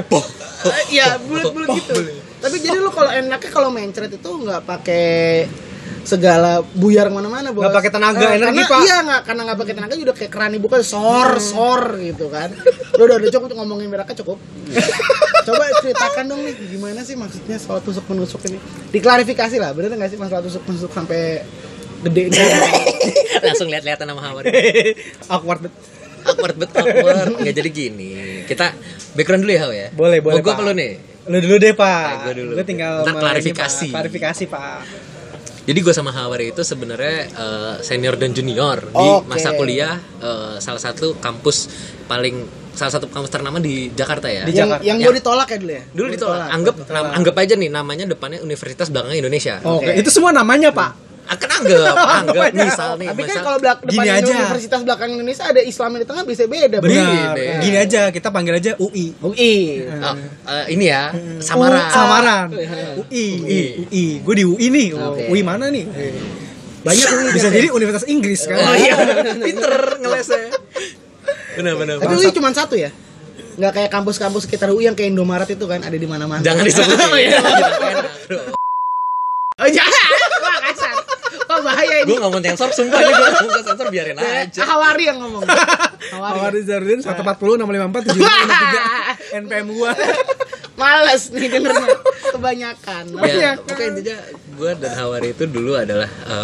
Iya bulat gitu. Tapi jadi lu kalau enaknya kalau mencret itu nggak pakai segala buyar kemana-mana, Bos. Nggak pakai tenaga energi, karena, Pak. Iya, karena nggak pakai tenaga udah kayak keran buka sor gitu kan. Udah cukup ngomongin beraknya cukup. Coba ceritakan dong nih gimana sih maksudnya soal tusuk menusuk ini. Diklarifikasi lah, bener nggak sih masalah tusuk menusuk sampai gede ini? Langsung lihat-lihatan sama Hawar. Awkward. Awkward. Nggak jadi gini. Kita background dulu ya, Haw ya. Boleh, Gue Pak. perlu nih. Lu dulu deh, Pak. Gue dulu. Gue tinggal Ntar klarifikasi. Klarifikasi, Pak. Jadi gue sama Hawari itu sebenarnya senior dan junior di masa kuliah salah satu kampus ternama di Jakarta ya. Yang gue ditolak ya dulu ya. Dulu ditolak. Anggap aja nih namanya depannya Universitas Belakang Indonesia. Oke. Itu semua namanya, Pak. Akan anggap misal nih. Tapi kan kalau depan gini aja. Universitas Belakang Indonesia ada Islam di tengah bisa beda. Benar. Beda. Gini aja, kita panggil aja UI. Ini ya samaran. UI. Gue di UI nih. UI mana nih? Banyak bisa jadi Universitas Inggris kan. Oh iya, pinter ngelesnya. Benar. Tapi UI cuma satu ya? Nggak kayak kampus-kampus sekitar UI yang kayak Indomaret itu kan ada di mana-mana. Jangan disebutin. Oh jangan. Wah kasar. Oh bahaya ini. Gue nggak mau sensor, sumpah nih gue nggak mau sensor, biarin aja. Hawari yang ngomong. Hawari Zardin 140 654 753 NPM gua. Males nih dengernya. Kebanyakan. Ya, pokoknya intinya gue dan Hawari itu dulu adalah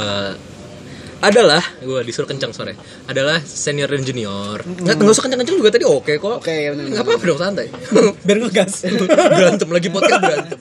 gue disuruh kencang sore adalah senior dan junior. Nggak usah kencang juga tadi oke kok. Oke, benar. Nggak apa-apa dong, santai. Biar ngegas. Berantem lagi podcast berantem.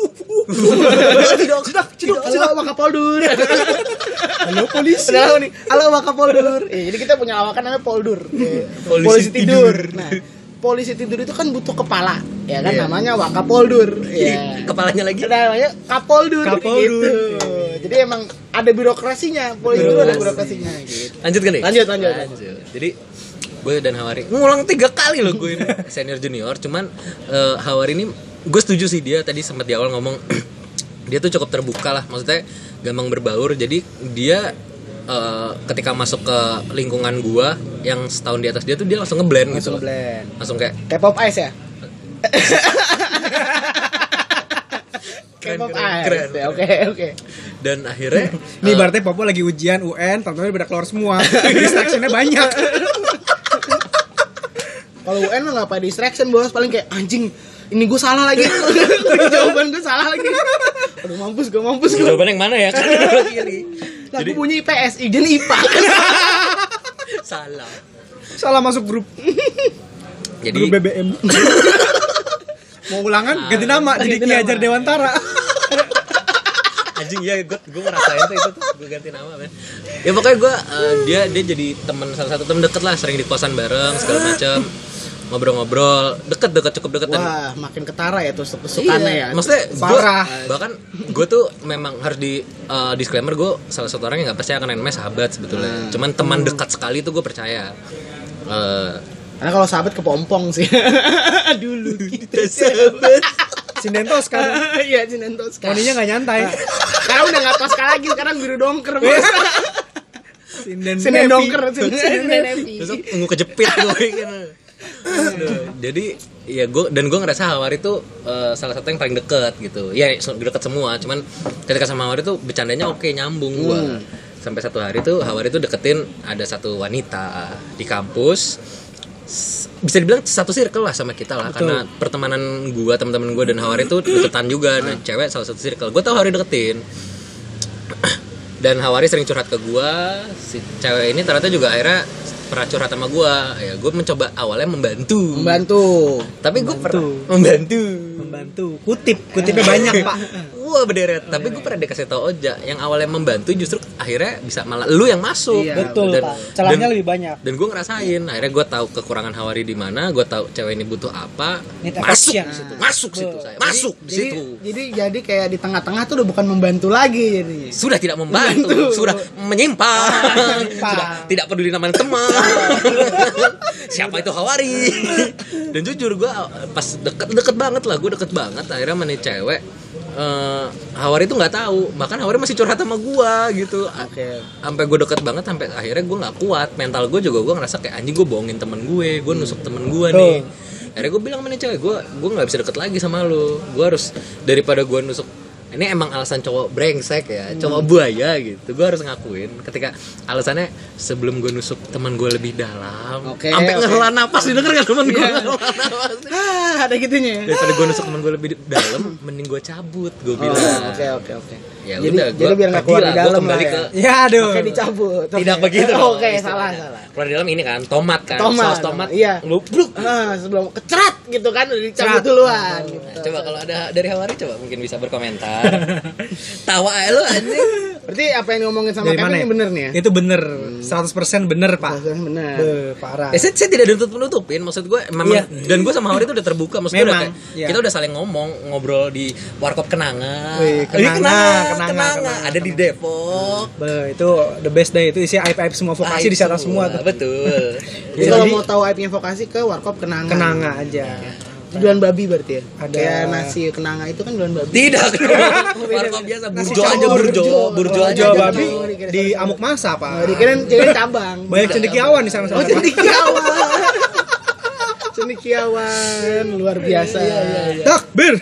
Cidok. Halo Wakapoldur. Halo polisi. Halo nih. Halo Wakapoldur. Jadi kita punya awakan namanya Poldur. Polisi tidur. Nah, polisi tidur itu kan butuh kepala, ya kan namanya Wakapoldur. Ya. Kepalanya lagi. Namanya Kapoldur. Gitu. Jadi emang ada birokrasinya, polisi itu ada birokrasinya gitu. Lanjut kan nih? Lanjut. Jadi gue dan Hawari ngulang 3 kali loh gue ini senior junior. Cuman Hawari ini gue setuju sih, dia tadi sempat di awal ngomong dia tuh cukup terbuka lah, maksudnya gampang berbaur. Jadi dia ketika masuk ke lingkungan gua yang setahun di atas dia tuh dia langsung ngeblend gitu. Langsung kayak K-pop Ice ya? K-pop Ice. Oke. Dan akhirnya Nih berarti Popo lagi ujian UN, tontonnya udah keluar semua. Distraction-nya banyak. Kalau UN mah enggak distraction, Bos. Paling kayak anjing, ini gue salah lagi. Jawaban gue salah lagi. Aduh mampus gue. jawaban yang mana ya? Kan kiri. Lah gue punya IPS, jadi IPA. Salah masuk grup. Jadi Grup BBM. Mau ulangan ganti nama jadi Ki Hajar Dewantara. anjing ya, gue ngerasain tuh itu tuh gue ganti nama kan. Ya pokoknya gue dia jadi salah satu teman deket lah, sering di kosan bareng segala macam. ngobrol-ngobrol, deket cukup deket. Wah, makin ketara ya tusuk-tusukannya ya. Maksudnya parah. Bahkan gue tuh memang harus di disclaimer, gue salah satu orang yang nggak percaya akan namanya sahabat sebetulnya. Cuman teman dekat sekali tuh gue percaya. Karena kalau sahabat kepompong sih. Dulu Kita sahabat. Sinentos kan. Iya, Sinentos kan. Moninya nggak nyantai. Sekarang udah nggak Tosca lagi, sekarang biru dongker. Sinen Nevi. dongker, Sinen Nevi. Terus ungu kejepit gue kan. Jadi ya gue ngerasa Hawari itu salah satu yang paling deket gitu. Ya deket semua, cuman ketika sama Hawari tuh bercandanya oke, nyambung gue. Sampai satu hari tuh Hawari tuh deketin ada satu wanita di kampus. Bisa dibilang satu circle lah sama kita lah. Betul. Karena pertemanan gue, teman-teman gue dan Hawari tuh deketan juga. Dan cewek salah satu circle. Gue tau Hawari deketin. Dan Hawari sering curhat ke gue. Si cewek ini ternyata juga akhirnya pernah curhat sama gue. Ya gue mencoba awalnya membantu. Tapi gue pernah membantu. Kutipnya banyak pak. Wah berderet. Tapi gue pernah dikasih tau Oja yang awalnya membantu justru akhirnya bisa malah lu yang masuk. Iya, betul pak. Celahnya lebih banyak. Dan gue ngerasain. Akhirnya gue tahu kekurangan Hawari di mana. Gue tahu cewek ini butuh apa. Masuk situ saya. Masuk di situ. Jadi kayak di tengah-tengah tuh udah bukan membantu lagi jadinya. Sudah tidak membantu, sudah menyimpang, sudah tidak peduli namanya teman. Siapa itu Hawari? Dan jujur gue pas deket banget lah, gue deket banget. Akhirnya mana cewek Hawari tuh nggak tahu, bahkan Hawari masih curhat sama gue gitu. Sampai gue deket banget, sampai akhirnya gue nggak kuat. Mental gue juga gue ngerasa kayak anjing, gue bohongin temen gue nusuk temen gue nih. Akhirnya gue bilang sama nih cewek, gue nggak bisa deket lagi sama lo. Gue harus, daripada gue nusuk, ini emang alasan cowok brengsek ya, cowok buaya gitu. Gue harus ngakuin ketika alasannya sebelum gue nusuk teman gue lebih dalam, sampai ngehela napas, didengar kan teman gue ngehela napas. Ada gitunya. Daripada gue nusuk teman gue lebih dalam, mending gue cabut, gue bilang. Oke. Ya jadi udah, biar nggak keluar di dalam kembali lah ke. Ya aduh. Kayak dicabut. Tidak begitu. Oke, salah. Keluar di dalam ini kan, tomat kan, saus tomat. Iya. Lubruk. Sebelum kecerat gitu kan, udah dicabut duluan. Nah, coba kalau ada dari Hawari, coba mungkin bisa berkomentar. Tawa aja lu anjing. Berarti apa yang ngomongin sama Kevin ini bener nih ya? Itu bener, 100% bener pak. Bener. Parah. Saya tidak nutupin, maksud gue memang. Dan gue sama Hawari itu udah terbuka, maksud gue udah kayak kita udah saling ngobrol di warkop Kenanga. Kenanga. Ada di Depok. Itu the best day, itu isi aib-aib semua vokasi di sana semua tuh. Betul. Jadi kalau mau tahu aibnya vokasi ke warkop Kenanga aja. Duluan babi berarti ya? Ada. Kayak nasi Kenanga itu kan duluan babi. Tidak. Warkop biasa burjo aja babi di amuk masa pak. Dikirain cabang. Banyak cendekiawan di sana. Oh, cendekiawan luar biasa. Iya. Takbir.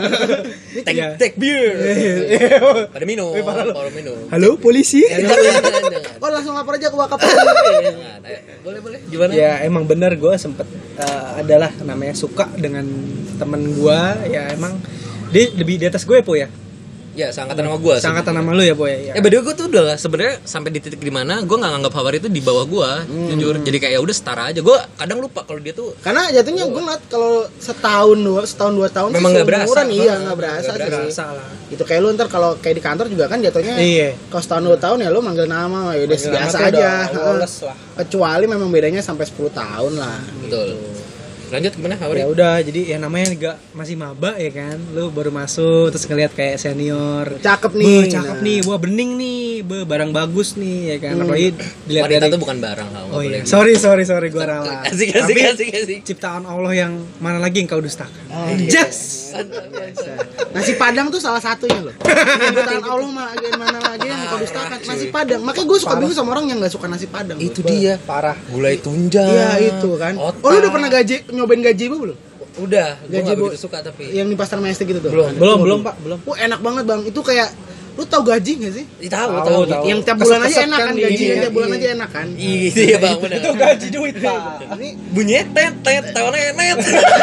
Takbir. Pada minum. Halo polisi. Oh langsung lapor aja ke Wakapolri. Boleh. Gimana? Ya emang bener gue sempet adalah namanya suka dengan temen gue. Ya emang dia lebih di atas gue po ya. Ya, seangkatan sama gue. Seangkatan sama lu ya, Boy. Ya. Beda gue tuh udah sebenarnya sampai di titik di mana gue nggak nganggap Hawari itu di bawah gue, jujur. Jadi kayak ya udah setara aja. Gue kadang lupa kalau dia tuh. Karena jatuhnya gue ngeliat kalau setahun dua tahun memang nggak berasa. Iya nggak berasa sih. Itu kayak lu ntar kalau kayak di kantor juga kan jatuhnya. Iya. Kalau setahun 2 tahun ya lu manggil nama, ya udah biasa aja. Kecuali memang bedanya sampai 10 tahun lah. Betul. Lanjut gimana Hawari? Ya udah, jadi ya namanya juga masih maba ya kan. Lu baru masuk terus ngeliat kayak senior. Cakep nih. Cakep nih, wah bening nih, barang bagus nih ya kan. Apalagi dilihat wanita dari tuh bukan barang. Oh iya. Sorry gua ralat. Asik. Ciptaan Allah yang mana lagi yang kau dustakan. Just. Nasi Padang tuh salah satunya loh. Ciptaan Allah mana lagi yang kau dustakan. Nasi Padang. Makanya gue suka bingung sama orang yang enggak suka nasi Padang. Itu dia. Parah. Gulai tunjang. Iya itu kan. Oh lu udah pernah nyobain gazebo belum? Udah, gue gak begitu suka tapi yang di pasar Majestic gitu tuh. Belum Pak, belum. Enak banget Bang. Itu kayak lu tahu gaji gak sih? Tahu. Yang tiap bulan aja enak kan gaji, tiap bulan aja enak kan? Iya Bang, benar. Itu gaji duit, Pak. Ini bunyinya tet, tawanet.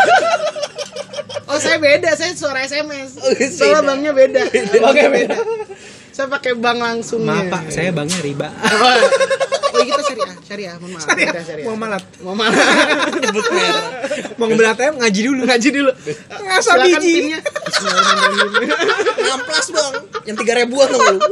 Oh, saya beda, saya suara SMS. Soalnya bangnya beda. Bangnya beda. Saya pakai bank langsung. Maaf Pak, saya bangnya riba. Oh kita syariah, mohon maaf. Mau malat. Nyebut merah. Mau ngambil ATM ngaji dulu. Ngasal Silakan biji. pinnya. Bismillahirrahmanirrahim. Ngamplas Bang, yang 3.000-an tuh lu.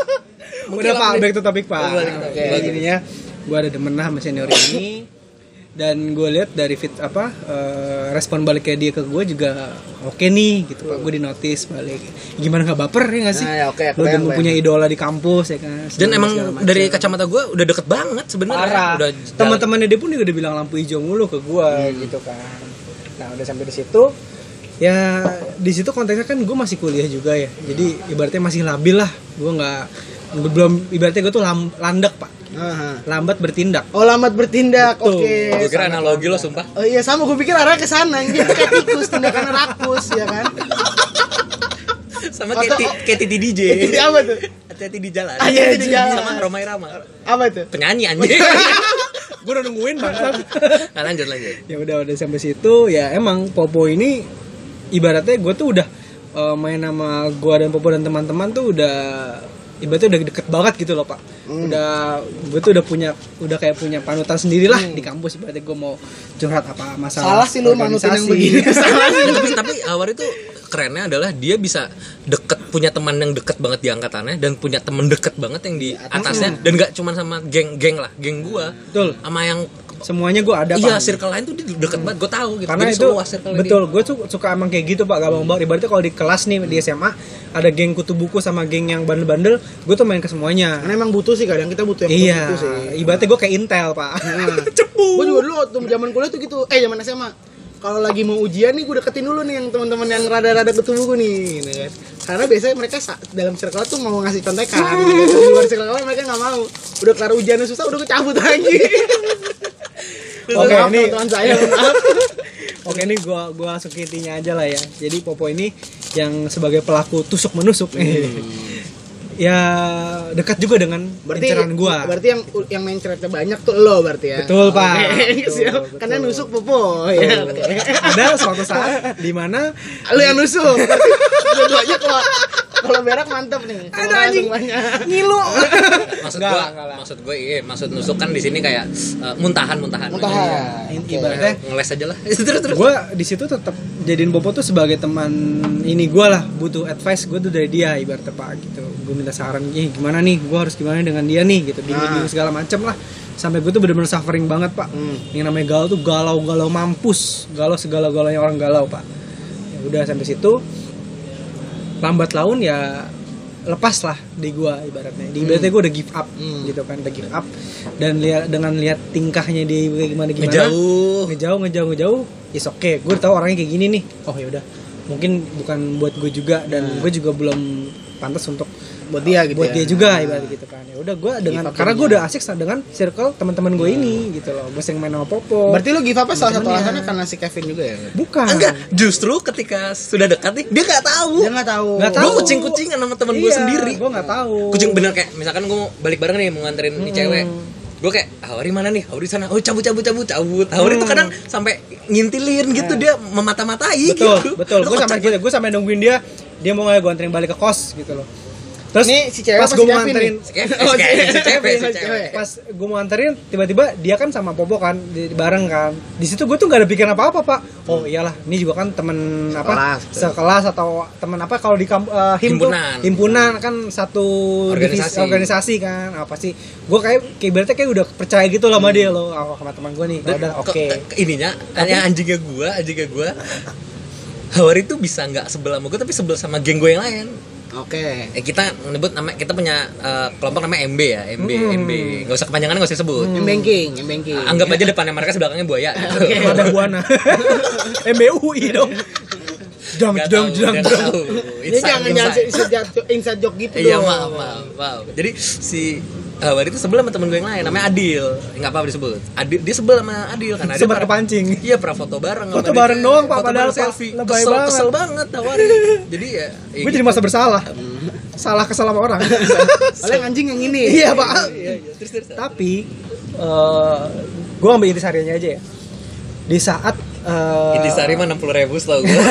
Udah Pak, back to topic Pak. Oke. Gini ya, gue ada demen lah sama senior ini. dan gue lihat dari respon baliknya dia ke gue juga oke nih gitu Pak. Gue di notice balik gimana nggak baper ya nggak sih, Nah, ya, oke, lo udah punya idola di kampus ya kan, Dan emang dari kacamata gue udah deket banget sebenarnya. parah. Udah Teman-temannya dia pun juga udah bilang lampu hijau mulu ke gue gitu kan. Nah udah sampai di situ ya, di situ konteksnya kan gue masih kuliah juga ya, jadi ibaratnya masih labil lah, gue nggak belum, ibaratnya gue tuh landak Pak, lambat bertindak. Oh, lambat bertindak. Betul. Oke. Gue kira analogi lo sumpah. Oh iya, sama gue pikir arahnya ke sana, dia kayak tikus, tindakan rakus ya kan. Sama kayak Titi DJ. Jadi apa tuh? Hati-hati di jalan. Hati-hati di jalan. Sama Romai Rama. Apa tuh? Penyanyi anjing. Gue udah nungguin banget. Nah, lanjut. Ya udah sampai situ ya, emang Popo ini ibaratnya gue tuh udah main sama gue dan Popo dan teman-teman tuh udah ibaratnya udah deket banget gitu loh Pak. Udah gue tuh udah kayak punya panutan sendiri lah di kampus, ibaratnya gue mau curhat apa masalah. Salah sih lu manutin yang begini. Salah sih. Tapi Awar itu kerennya adalah dia bisa punya teman yang deket banget di angkatannya dan punya teman deket banget yang di atasnya, dan gak cuma sama geng gua. Betul. Sama yang semuanya gue ada iya, Pak. Circle lain tuh dia deket banget, gue tahu gitu. Karena Jadi itu seluas circle betul, gue suka emang kayak gitu Pak, gampang banget. Ibaratnya kalau di kelas nih di SMA ada geng kutu buku sama geng yang bandel-bandel, gue tuh main ke semuanya. Karena emang butuh sih, kadang kita butuh yang Iya, butuh sih. ibaratnya gue kayak Intel Pak. Cepu. Gue juga dulu waktu zaman kuliah tuh gitu. Zaman SMA. Kalau lagi mau ujian nih, gue deketin dulu nih yang teman-teman yang rada-rada kutu buku nih, gitu kan. Karena biasanya mereka dalam circle tuh mau ngasih contekan, gitu. Di luar circle mereka nggak mau. Udah kelar ujiannya susah, udah kecabut lagi. Oke, Maaf, ini teman saya, maaf. Oke, ini gua langsung ke intinya aja lah ya. Jadi Popo ini yang sebagai pelaku tusuk menusuk ya dekat juga dengan inceran gua. Berarti yang main ceritanya banyak tuh lo berarti ya. Betul Pak. Oke, siap. Betul. Karena nusuk Popo ya. Ada suatu saat di mana Lu yang nusuk. Dua-duanya kalau berak mantep nih. Ada anjing banyak. ngilu. Maksud gue iya, maksud nusuk kan di sini kayak muntahan. Ibaratnya Ngeles aja lah. Terus. gue di situ tetap jadiin Popo tuh sebagai teman ini gue lah, butuh advice gue tuh dari dia ibaratnya Pak gitu. Gue minta saran, gimana nih, gue harus gimana dengan dia nih gitu, bingung segala macem lah. Sampai gue tuh bener-bener suffering banget Pak. Yang namanya galau tuh galau mampus, galau segala-galanya orang galau Pak. Ya udah sampai situ, lambat laun ya lepas lah di gue ibaratnya. Ibaratnya gue udah give up gitu kan, udah give up. Dan dengan lihat tingkahnya dia gimana ngejauh, is okay. Gue tahu orangnya kayak gini nih. Oh ya udah, mungkin bukan buat gue juga, dan gue juga belum pantas untuk buat dia gitu. Buat dia juga ibarat gitu kan. Ya udah gue karena gue udah asik dengan circle teman-teman gue ini gitu loh. Gue sering main sama Popo. Berarti lu give up salah satu alasannya karena si Kevin juga ya? Bukan. Enggak, justru ketika sudah dekat nih dia nggak tahu. Dia nggak tahu. Gue kucing-kucingan sama teman gue sendiri. Gue nggak tahu. Kucing bener kayak misalkan gue mau balik bareng nih mau nganterin nih cewek. Gue kayak Hawari mana nih? Hawari sana. Oh cabut. Hawari tuh kadang sampai ngintilin gitu, dia memata-matai gitu. Betul. Gue sampai nungguin dia mau nggak gue anterin balik ke kos gitu loh. Terus nih si cewek pas gue mau anterin, si cewek. pas gue mau anterin tiba-tiba dia kan sama Popo kan bareng kan. Di situ gue tuh nggak ada pikiran apa-apa Pak. Oh iyalah, ini juga kan temen sekelas atau temen apa kalau di himpunan kan satu organisasi kan. Apa sih? Gue kayak ibaratnya kayak udah percaya gitu loh sama dia loh. Sama teman gue nih. Udah oke. Ininya hanya anjingnya gue. Hawari tuh bisa nggak sebel sama gue tapi sebel sama geng gue yang lain. Oke. Kita menyebut nama, kita punya kelompok namanya MB ya, MB. Enggak usah kepanjangan, enggak usah sebut. M-banking. Anggap aja depannya mereka sebelakangnya buaya. Oke. Ada buana. MBUI dong. Jang. Ini jangan inside joke gitu dong. Iya, maaf. Jadi si Hawari itu sebel sama temen gue yang lain namanya Adil. Enggak apa-apa disebut. Dia sebel sama Adil karena dia sempat kepancing. Iya, pernah foto bareng. Foto bareng doang Pak, padahal selfie. Lebay banget. Kesel banget Hawari. Jadi ya gue jadi merasa bersalah. Kesal sama orang. Oleh anjing yang ini. Iya Pak. Terus. Tapi gue ambil intisarinya aja ya. Di saat intisari mah 60.000 setahu gue.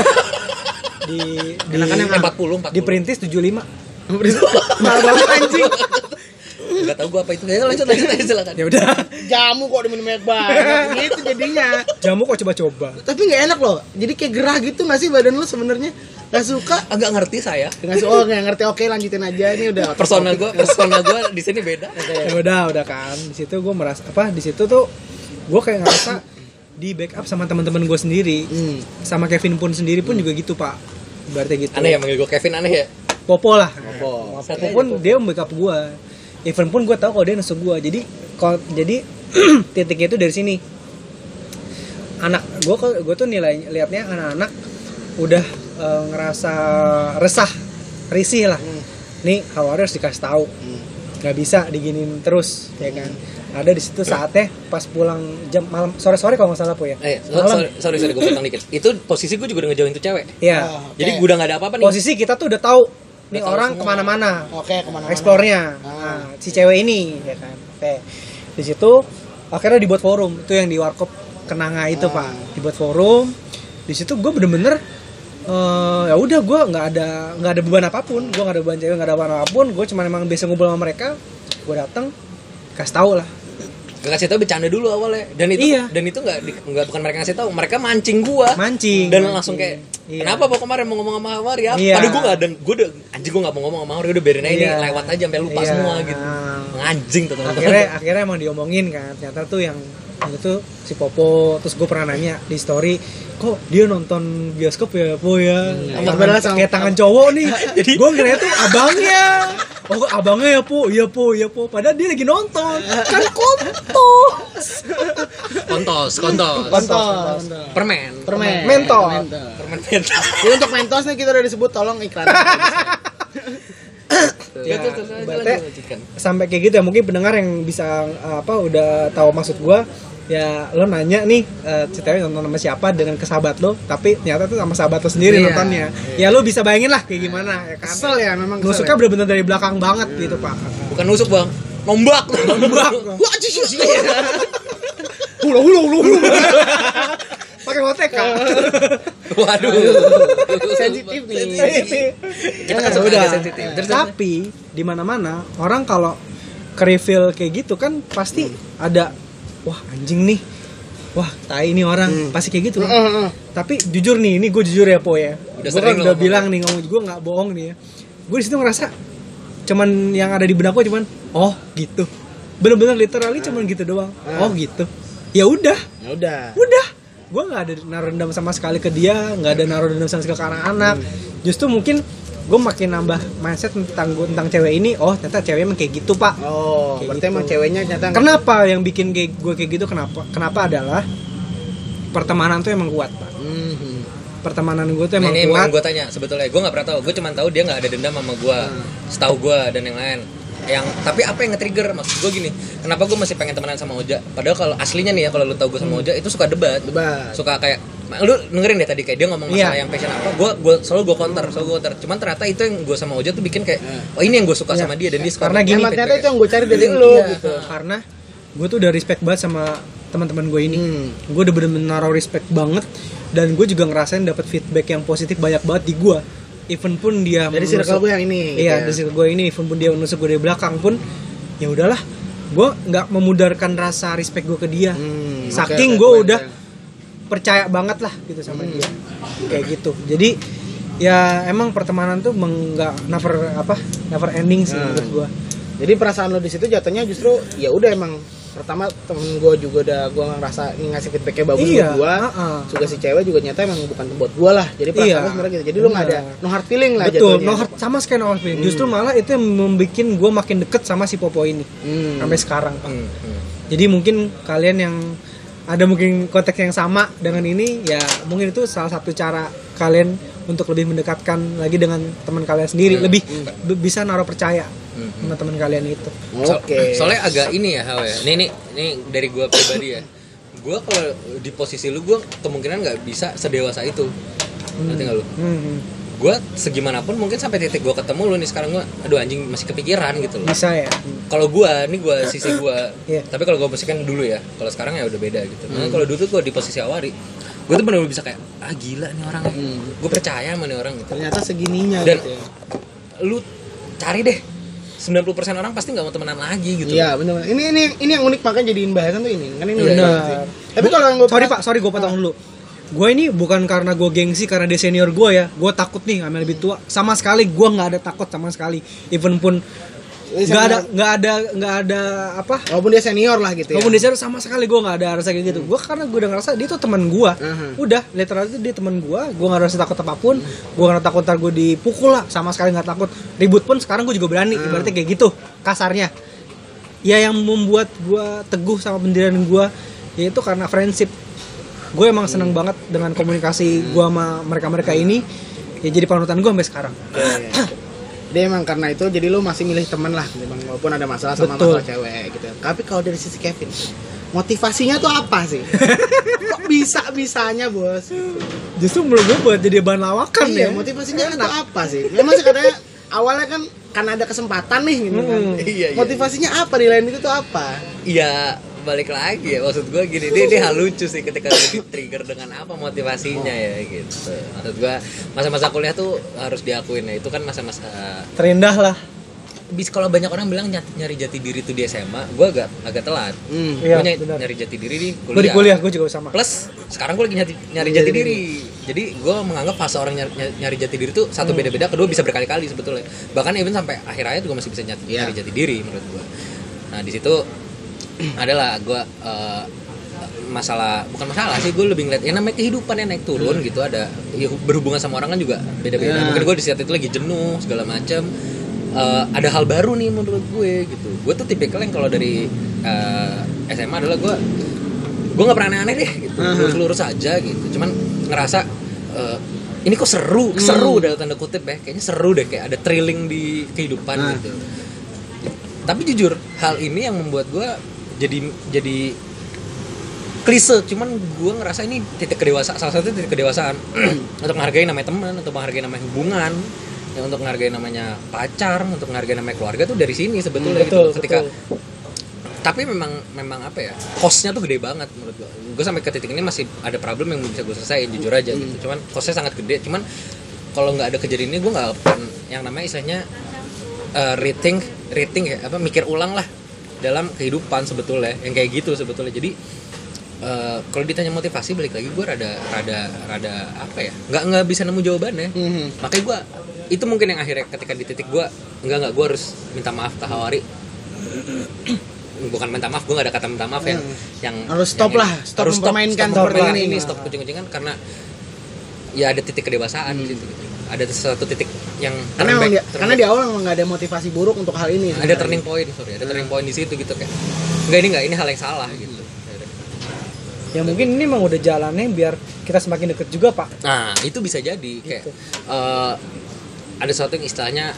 di 40. Di perintis 75. Mahal banget anjing. Enggak tahu gua apa itu. Ya lanjut silakan. Ya udah. Jamu kok diminum banyak gitu jadinya. Jamu kok coba-coba. Tapi nggak enak loh. Jadi kayak gerah gitu nggak sih badan lu sebenarnya? Nggak suka? Agak ngerti saya. Nggak ngerti. Oke, lanjutin aja ini udah. Persona gua di sini beda. Ya udah kan. Di situ gua merasa di situ tuh gue kayak ngerasa di backup sama teman-teman gue sendiri, sama Kevin pun sendiri pun juga gitu pak, berarti gitu. Aneh ya manggil gue Kevin, aneh ya. Popo lah, Popo pun dia backup gue, even pun gue tahu kalau dia nusuk gue, jadi titiknya itu dari sini. Anak gue tuh liatnya anak-anak udah ngerasa resah, risih lah. Nih Hawari harus dikasih tahu, nggak bisa diginin terus, ya kan? Ada di situ saatnya pas pulang jam malam sore kalau nggak salah po ya. Sorry gue potong dikit. Itu posisi gue juga udah ngejauhin tuh cewek. Iya. Jadi gue udah nggak ada apa-apa nih. Posisi kita tuh udah tahu nih orang kemana-mana. Oke, kemana-mana. Explore-nya. Nah, si cewek ini, ya kan. Oke. Di situ akhirnya dibuat forum, itu yang di Warkop Kenanga itu pak. Dibuat forum. Di situ gue bener-bener ya udah gue nggak ada beban apapun, gue nggak ada beban cewek, nggak ada beban apapun, gue cuma emang biasa ngobrol sama mereka, gue datang kasih tahu lah. Gak kasih tahu, bercanda dulu awalnya, dan itu nggak bukan mereka ngasih tahu, mereka mancing dan langsung kayak kenapa kok kemarin mau ngomong sama Hawari ya? Padahal gue nggak, dan gue udah anjing, gue nggak mau ngomong sama Hawari, udah biarin aja ini lewat aja sampai lupa semua gitu. Anjing tuh teman-teman. Akhirnya emang diomongin kan, ternyata tuh yang itu si Popo. Terus gue pernah nanya di story, kok dia nonton bioskop ya Po ya, kayak tangan cowok nih. Jadi gue kira tuh abangnya. Oh abangnya ya Po, iya Po. Padahal dia lagi nonton. Kan kontos. Permen. Mentos. Jadi untuk Mentos nih kita udah disebut, tolong iklan. Ya, sampai kayak gitu ya, mungkin pendengar yang bisa udah tahu maksud gua ya. Lo nanya nih ceritanya nonton sama siapa dengan ke sahabat lo, tapi ternyata tuh sama sahabat lo sendiri nontonnya. Ya lo bisa bayangin lah kayak gimana ya kan. Kesel ya memang. Nusuknya bener-bener dari belakang banget gitu pak. Bukan nusuk bang, nombak. Wah jijik. Hulu. Pakai hotek kan. Waduh. Sensitif nih. Kita kan udah sensitif. Tapi di mana-mana orang kalau ke reveal kayak gitu kan pasti ada, wah anjing nih, wah tai ini orang, pasti kayak gitu kan. Tapi jujur nih, ini gue jujur ya Po ya, gue kan udah bilang nih, ngomong gue nggak bohong nih ya, gue di situ ngerasa cuman yang ada di benak gue cuman oh gitu, bener-bener literally cuman gitu doang. Oh gitu, ya udah gue nggak ada naruh dendam sama sekali ke dia, nggak ada naruh dendam sama sekali ke anak-anak. Justru mungkin gue makin nambah mindset tentang cewek ini. Oh ternyata cewek emang kayak gitu pak. Oh kayak berarti gitu. Emang ceweknya ternyata. Kenapa yang bikin gue kayak gitu? Kenapa adalah pertemanan tuh emang kuat pak. Pertemanan gue tuh emang kuat. Ini gue tanya sebetulnya, gue nggak pernah tahu. Gue cuma tahu dia nggak ada dendam sama gue, setahu gue dan yang lain. Tapi apa yang nge-trigger, maksud gue gini, kenapa gue masih pengen temenan sama Oja? Padahal kalau aslinya nih ya, kalau lu tau gue sama Oja itu suka debat. Suka kayak, lu dengerin deh tadi kayak dia ngomong masalah yang passion apa, gue selalu counter. Cuman ternyata itu yang gue sama Oja tuh bikin kayak, oh ini yang gue suka sama dia, dan dia suka. Karena gini, ternyata itu yang gue cari dari lu gitu. Karena gue tuh udah respect banget sama teman-teman gue ini. Gue udah bener-bener naruh respect banget, dan gue juga ngerasain dapat feedback yang positif banyak banget di gue. Even pun dia dari circle gue yang ini. Iya, dari circle gue ini, even pun dia menusuk gue dari belakang pun, ya udahlah, gue nggak memudarkan rasa respect gue ke dia. Saking gue udah percaya banget lah gitu sama dia, kayak gitu. Jadi ya emang pertemanan tuh never ending sih menurut gue. Jadi perasaan lo di situ jatuhnya justru ya udah emang pertama temen gue juga udah gue ngerasa ngasih feedbacknya bagus buat gue, juga si cewek juga nyata emang bukan buat gue lah. Jadi perasaan lo sebenarnya gitu. Jadi lo nggak ada no hard feeling lah. Betul, no hard, sama sekali no hard feeling. Justru malah itu yang membuat gue makin deket sama si Popo ini sampai sekarang. Jadi mungkin kalian yang ada mungkin konteks yang sama dengan ini, ya mungkin itu salah satu cara kalian untuk lebih mendekatkan lagi dengan teman kalian sendiri, lebih bisa naruh percaya sama teman kalian itu. Soalnya agak ini ya Hawa ya. Ini dari gue pribadi ya. Gue kalau di posisi lu, gue kemungkinan nggak bisa sedewasa itu. Ngerti nggak lu? Gue segimanapun mungkin sampai titik gue ketemu lu nih sekarang, gue aduh anjing masih kepikiran gitu loh. Bisa ya. Kalau gue sisi gue. Tapi kalau gue posisikan dulu ya. Kalau sekarang ya udah beda gitu. Nah, kalau dulu tuh gue di posisi Hawari, gue tuh benar-benar bisa kayak gila nih orangnya. Gue percaya sama nih orang gitu. Ternyata segininya dan gitu ya. Lu cari deh, 90% orang pasti nggak mau temenan lagi gitu. Iya benar. Ini yang unik, makanya jadiin bahasan tuh ini. Kan ini udah. Tapi kalau yang gue sorry gue potong dulu. Gue ini bukan karena gue gengsi karena dia senior gue ya. Gue takut nih sama lebih tua. Sama sekali gue nggak ada takut sama sekali. Even pun nggak ada apa, walaupun dia senior lah gitu ya. Walaupun dia senior, sama sekali gue nggak ada rasa kayak gitu. Gue karena gue udah ngerasa dia tuh teman gue. Udah literally dia teman gue nggak rasa takut apapun. Gue nggak takut ntar gue dipukul lah, sama sekali nggak takut. Ribut pun sekarang gue juga berani. Ibaratnya kayak gitu kasarnya. Ya yang membuat gue teguh sama pendirian gue yaitu karena friendship. Gue emang seneng banget dengan komunikasi gue sama mereka ini. Ya jadi panutan gue sampai sekarang. Dia emang karena itu jadi lu masih milih teman lah, memang walaupun ada masalah sama masalah cewek gitu. Tapi kalau dari sisi Kevin, motivasinya tuh apa sih? Kok bisa-bisanya bos? Justru menurut gue buat jadi bahan lawakan ya. Motivasinya itu apa sih? Memang sih katanya awalnya kan karena ada kesempatan nih gitu kan. Motivasinya apa di lain itu tuh apa? Iya, balik lagi ya, maksud gue gini, dia hal lucu sih ketika lebih trigger dengan apa motivasinya ya gitu. Maksud gue masa-masa kuliah tuh harus diakuin ya, itu kan masa-masa terindah lah. Kalau banyak orang bilang nyari jati diri tuh di SMA, gue agak telat. Iya, Gue nyari jati diri di kuliah. Gue di kuliah gue juga sama. Plus sekarang gue lagi nyari jati diri. Jadi gue menganggap fase orang nyari jati diri tuh satu beda-beda, kedua bisa berkali-kali sebetulnya. Bahkan even sampai akhir hayat juga masih bisa nyari jati diri menurut gue. Nah di situ adalah gue bukan masalah sih, gue lebih ngeliat ya namanya kehidupan yang naik turun gitu, ada ya, berhubungan sama orang kan juga beda-beda. Mungkin gue di saat itu lagi jenuh segala macam, ada hal baru nih menurut gue gitu. Gue tuh tipikal yang kalau dari SMA adalah gue nggak pernah aneh-aneh deh gitu, lurus aja gitu. Cuman ngerasa ini kok seru dalam tanda kutip ya, kayaknya seru deh, kayak ada thrilling di kehidupan gitu. Tapi jujur hal ini yang membuat gue jadi klise, cuman gue ngerasa ini salah satu titik kedewasaan untuk menghargai namanya teman, untuk menghargai namanya hubungan, ya, untuk menghargai namanya pacar, untuk menghargai namanya keluarga tuh dari sini sebetulnya gitu. Ketika tapi memang apa ya, costnya tuh gede banget menurut gue. Gue sampai ke titik ini masih ada problem yang bisa gue selesaiin jujur aja gitu. Cuman costnya sangat gede. Cuman kalau nggak ada kejadian ini gue nggak akan yang namanya istilahnya rating ya, apa, mikir ulang lah dalam kehidupan sebetulnya yang kayak gitu sebetulnya. Jadi kalau ditanya motivasi, balik lagi gue rada apa ya, nggak bisa nemu jawabannya. Makanya gue itu mungkin yang akhirnya ketika di titik gue gue harus minta maaf ke Hawari. Bukan minta maaf, gue nggak ada kata minta maaf yang harus stop lah, stop mempermainkan seperti ini, stop kucing-kucingan, karena ya ada titik kedewasaan di situ gitu. Ada satu titik yang karena di awal memang nggak ada motivasi buruk untuk hal ini. Ada turning point, ada turning point di situ gitu, kayak ini hal yang salah gitu. Ya mungkin ini memang udah jalannya biar kita semakin deket juga Pak. Nah itu bisa jadi kayak ada sesuatu yang istilahnya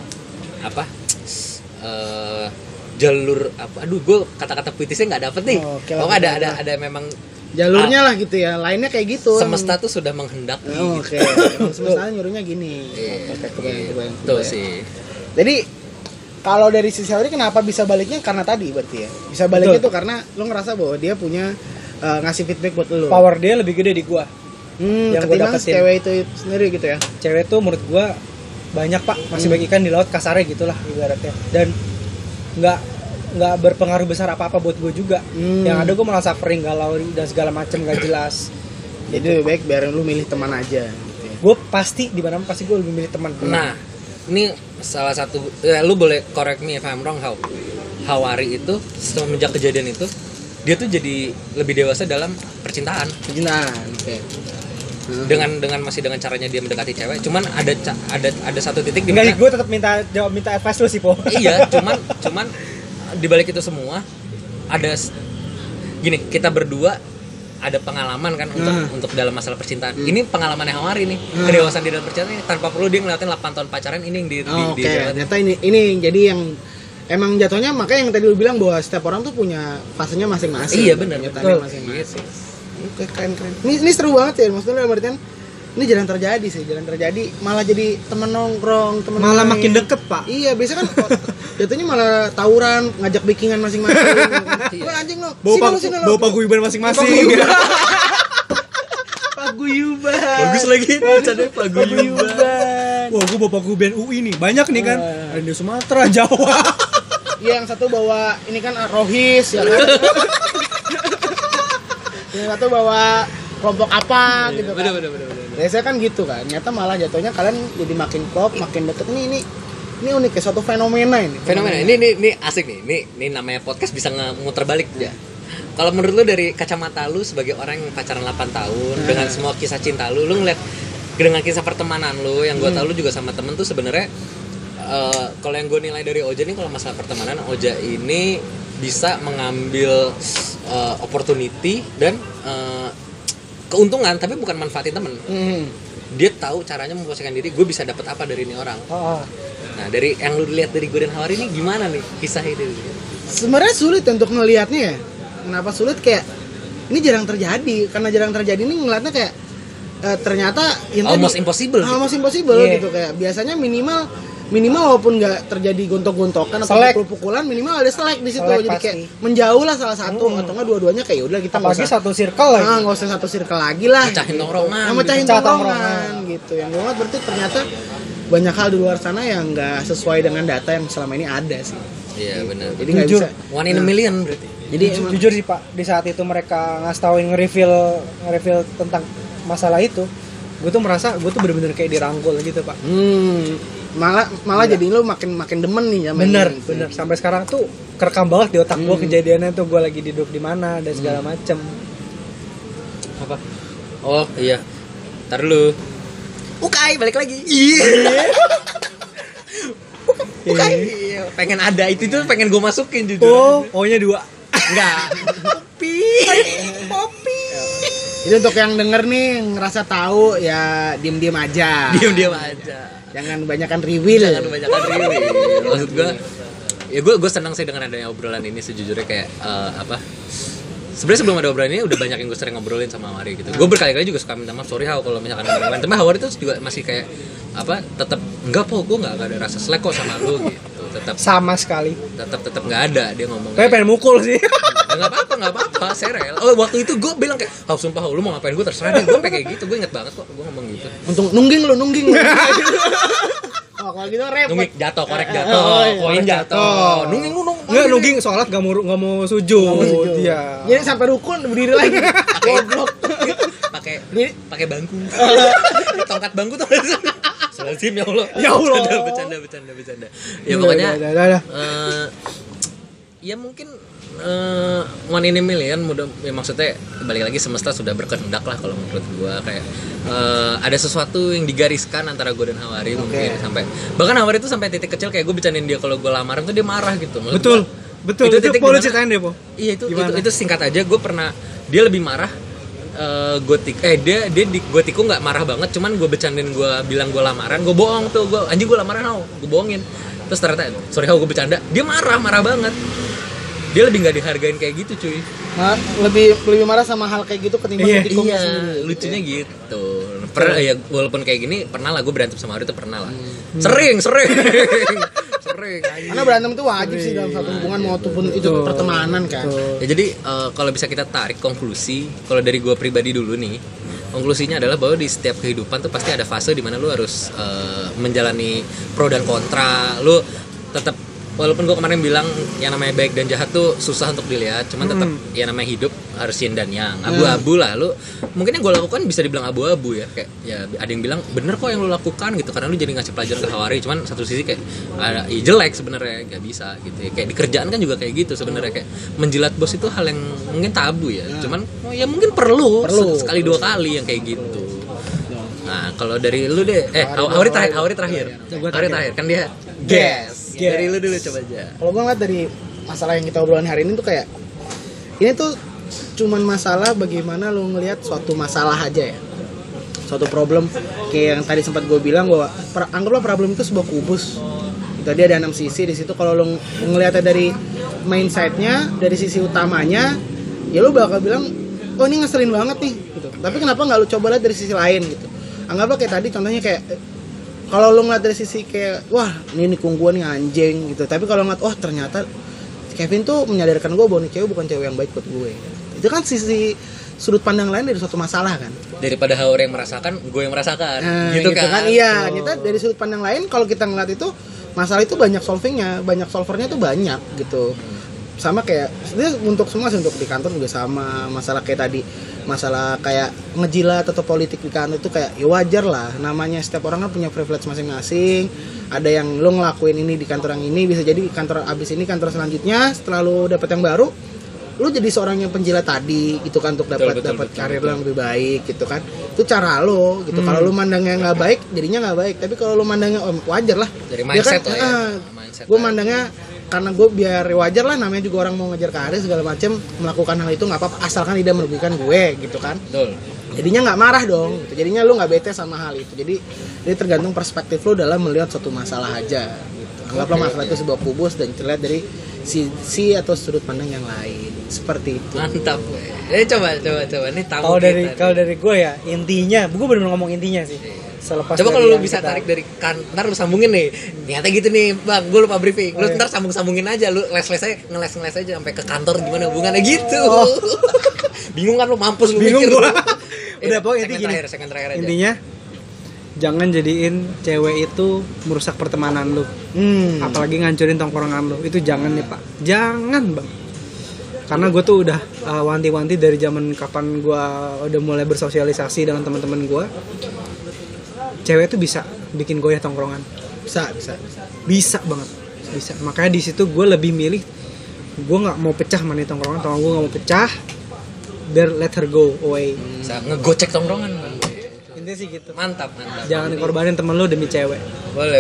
jalur apa? Aduh, gue kata-kata puitisnya nggak dapet nih. Ada memang jalurnya lah gitu ya, lainnya kayak gitu. Semesta tuh sudah menghendaki. Oke. Semesta nyuruhnya gini. Itu sih. Jadi kalau dari sisi Hawari kenapa bisa baliknya, karena tadi berarti ya. Bisa baliknya tuh karena lo ngerasa bahwa dia punya ngasih feedback buat lo. Power dia lebih gede di gua. Yang ketimbang cewek itu sendiri gitu ya. Cewek tuh menurut gua banyak Pak, masih baik ikan di laut, kasarnya gitulah ibaratnya. Dan nggak berpengaruh besar apa-apa buat gue juga. Yang ada gue malah suffering, galau dan segala macam nggak jelas. Jadi lebih baik biar lu milih teman aja gitu ya. Gue pasti di mana pasti gue lebih milih teman. Nah ini salah satu lu boleh correct me if I'm wrong, Hawari itu semenjak kejadian itu dia tuh jadi lebih dewasa dalam percintaan. Oke. Dengan masih dengan caranya dia mendekati cewek, cuman ada satu titik di mana gue tetap minta advice lu sih Po. Iya, cuman di balik itu semua ada gini, kita berdua ada pengalaman kan untuk dalam masalah percintaan. Ini pengalamannya Hawari nih, kedewasaan di dalam percintaan ini tanpa perlu dia ngeliatin 8 tahun pacaran ini yang ternyata ini jadi yang emang jatuhnya, makanya yang tadi lu bilang bahwa setiap orang tuh punya fasenya masing-masing. Iya benar, betul. Masing-masing. Oke, keren. Ini seru banget ya, maksudnya berarti kan ini jarang terjadi, malah jadi temen nongkrong, malah makin deket Pak. Iya, biasa kan jatuhnya malah tawuran, ngajak bikingan masing-masing. Gue anjing lo, bawa paguyuban masing-masing. Paguyuban. Bagus lagi bacanya paguyuban. Wah, gue bawa paguyuban UI nih, banyak nih kan. Ada di Sumatera, Jawa. Iya, yang satu bawa ini kan rohis ya kan. Yang satu bawa kelompok apa gitu kan. Bener. Biasanya kan gitu kan. Nyata malah jatuhnya kalian jadi makin klop, makin deket. Ini ini unik ya, suatu fenomena ini. Ini asik nih. Ini namanya podcast bisa muter balik ya. Kalau menurut lu dari kacamata lu sebagai orang yang pacaran 8 tahun dengan semua kisah cinta lu ngeliat dengan kisah pertemanan lu yang gue tahu lu juga sama temen tuh sebenarnya kalau yang gue nilai dari Oja nih, kalau masalah pertemanan, Oja ini bisa mengambil opportunity dan keuntungan, tapi bukan manfaatin temen. Dia tahu caranya memposisikan diri, gue bisa dapat apa dari ini orang. Nah, dari yang lu lihat dari gue dan Hawari ini gimana nih kisah ini? Sebenarnya sulit untuk ngelihatnya ya. Kenapa sulit? Kayak ini jarang terjadi. Karena jarang terjadi ini ngeliatnya kayak ternyata almost impossible gitu. Kayak biasanya minimal walaupun nggak terjadi gontok-gontokan atau pukul-pukulan, minimal ada selek di situ. Jadi pasti. kayak menjauh lah salah satu atau nggak dua-duanya, kayak udah kita apalagi satu circle lagi. Nggak usah satu circle lagi lah. Mecahin tongkrongan. Mecahin tongkrongan gitu. Yang gue berarti ternyata banyak hal di luar sana yang nggak sesuai dengan data yang selama ini ada sih. Iya benar. Jadi nggak bisa. One in a million berarti. Jadi jujur sih Pak, di saat itu mereka ngasih nge-reveal tentang masalah itu, gue tuh merasa gue tuh bener-bener kayak dirangkul gitu Pak. Malah jadi lo makin demen nih ya. Bener. Sampai sekarang tuh kerekam banget di otak gue kejadiannya tuh, gue lagi duduk di mana dan segala macem. Apa? Oh iya. Ntar dulu. Ukai balik lagi. Iya. Ukai. Pengen ada itu tuh, pengen gue masukin jujur. O-nya 2. Enggak. Popi. Jadi untuk yang denger nih ngerasa tahu ya diem-diem aja. Jangan kebanyakan reveal. Maksud gue, ya gue senang sih dengan adanya obrolan ini sejujurnya, kayak sebenarnya sebelum ada obrolan ini udah banyak yang gue sering ngobrolin sama Hawari gitu. Gue berkali-kali juga suka minta maaf, sorry Haw kalau misalkan ada teman Hawari itu juga masih kayak tetap enggak po, gue nggak ada rasa selek kok sama lu gitu. Tetap sama sekali. Tetap nggak ada dia ngomong. Kayak pengen mukul sih. Nggak apa-apa, serel. Oh waktu itu gue bilang kayak, sumpah lu mau ngapain gue terserah deh. Gue kayak gitu, gue inget banget kok gue ngomong gitu. Untung nungging. Oh kalau gitu repot. Nungging jatuh, korek jatuh, koin jatuh. Nungging sholat nggak mau sujud. Iya. Jadi sampai rukun berdiri lagi. Goblok. Pakai bangku. Tongkat bangku tuh. Selesai ya Allah. Bercanda. Ya pokoknya. Ya mungkin one in a million ya, maksudnya balik lagi semesta sudah berkehendak lah kalau menurut gua, kayak ada sesuatu yang digariskan antara gua dan Hawari mungkin sampai bahkan Hawari itu sampai titik kecil kayak gua bercandain dia kalau gua lamaran tuh dia marah gitu. Betul. Itu perlu ceritain deh, Po. Iya itu singkat aja, gua pernah dia lebih marah. Gue tikung nggak marah banget, cuman gue bercandain, gue bilang gue lamaran, gue bohong tuh, gue anjing gue lamaran gue bohongin, terus ternyata sorry gue bercanda, dia marah banget, dia lebih nggak dihargain kayak gitu cuy. Lebih marah sama hal kayak gitu ketimbang tikungnya sendiri. Lucunya gitu. Ya walaupun kayak gini pernah lah gue berantem sama Ari itu pernah lah. Sering. Karena berantem itu wajib sih dalam satu hubungan maupun itu pertemanan kan. Ya jadi kalau bisa kita tarik konklusi, kalau dari gue pribadi dulu nih, konklusinya adalah bahwa di setiap kehidupan tuh pasti ada fase di mana lu harus menjalani pro dan kontra. Lu tetap, walaupun gue kemarin bilang yang namanya baik dan jahat tuh susah untuk dilihat, cuman tetap ya namanya hidup harus yin dan yang, abu-abu lah. Lu mungkin yang gue lakukan bisa dibilang abu-abu ya, kayak ya ada yang bilang bener kok yang lu lakukan gitu, karena lu jadi ngasih pelajaran ke Hawari, cuman satu sisi kayak ada jelek sebenarnya, nggak bisa gitu ya. Kayak di kerjaan kan juga kayak gitu sebenarnya, kayak menjilat bos itu hal yang mungkin tabu ya, cuman ya mungkin perlu. Sekali dua kali yang kayak gitu. Nah kalau dari lu deh, Hawari terakhir kan dia guess. Dari lu dulu coba aja. Kalau gue ngeliat dari masalah yang kita obrolin hari ini tuh kayak ini tuh cuman masalah bagaimana lu ngelihat suatu masalah aja ya, suatu problem. Kayak yang tadi sempat gue bilang bahwa anggaplah problem itu sebuah kubus. Tadi ada 6 sisi di situ. Kalau lu ngelihatnya dari mindsetnya, dari sisi utamanya, ya lu bakal bilang, oh ini ngeselin banget nih gitu. Tapi kenapa nggak lu coba lihat dari sisi lain gitu? Anggaplah kayak tadi contohnya kayak kalau lu ngeliat dari sisi kayak wah ini nikung gue nih anjing gitu, tapi kalau ngeliat wah ternyata Kevin tuh menyadarkan gue bahwa nih cewek bukan cewek yang baik buat gue, itu kan sisi sudut pandang lain dari suatu masalah kan, daripada Hawari yang merasakan gue yang merasakan gitu kan. Iya kita dari sudut pandang lain, kalau kita ngeliat itu masalah itu banyak solvingnya, banyak solvernya tuh banyak gitu. sama kayak dia untuk semua sih, untuk di kantor juga sama. Masalah kayak tadi, masalah kayak ngejilat atau politik di kantor itu kayak ya wajar lah, namanya setiap orang kan punya privilege masing-masing. Ada yang lo ngelakuin ini di kantor yang ini, bisa jadi kantor abis ini kantor selanjutnya setelah lo dapet yang baru lu jadi seorang yang penjilat tadi gitu kan, untuk dapat karir lo yang lebih baik gitu kan. Itu cara lo gitu. Kalau lu mandangnya nggak baik, jadinya nggak baik. Tapi kalau lu mandangnya wajar lah. Dari mindset kan, lah ya. Gue mandangnya karena gue biar wajar lah, namanya juga orang mau ngejar karir segala macem, melakukan hal itu nggak apa-apa asalkan tidak merugikan gue gitu kan. Betul. Jadinya nggak marah dong gitu. Jadinya lu nggak bete sama hal itu. Jadi tergantung perspektif lu dalam melihat suatu masalah aja gitu. Anggaplah masalah itu sebuah kubus dan terlihat dari sisi atau sudut pandang yang lain, seperti itu. Mantap. Coba ini tamu kalau dari gue ya, intinya gue benar-benar ngomong intinya sih. Selepas coba kalau lu bisa tarik dari ntar lu sambungin nih, niatnya gitu nih bang, gue lupa briefing, lu ntar sambungin aja, lu les aja, ngeles aja sampai ke kantor gimana hubungannya gitu. Bingung kan lu, mampus lu bingung mikir. Gua. Udah pokoknya segmen terakhir aja. Intinya jangan jadiin cewek itu merusak pertemanan lu, apalagi ngancurin tongkrongan lu. Itu jangan nih pak, jangan bang. Karena gue tuh udah wanti-wanti dari zaman kapan gue udah mulai bersosialisasi dengan teman-teman gue. Cewek itu bisa bikin goyah tongkrongan, bisa banget, bisa. Makanya di situ gue lebih milih, gue nggak mau pecah sama nih tongkrongan, tongkrongan gue nggak mau pecah, biar let her go away. Bisa ngegocek tongkrongan. Intinya sih gitu. Mantap. Jangan korbanin temen lu demi cewek. Boleh.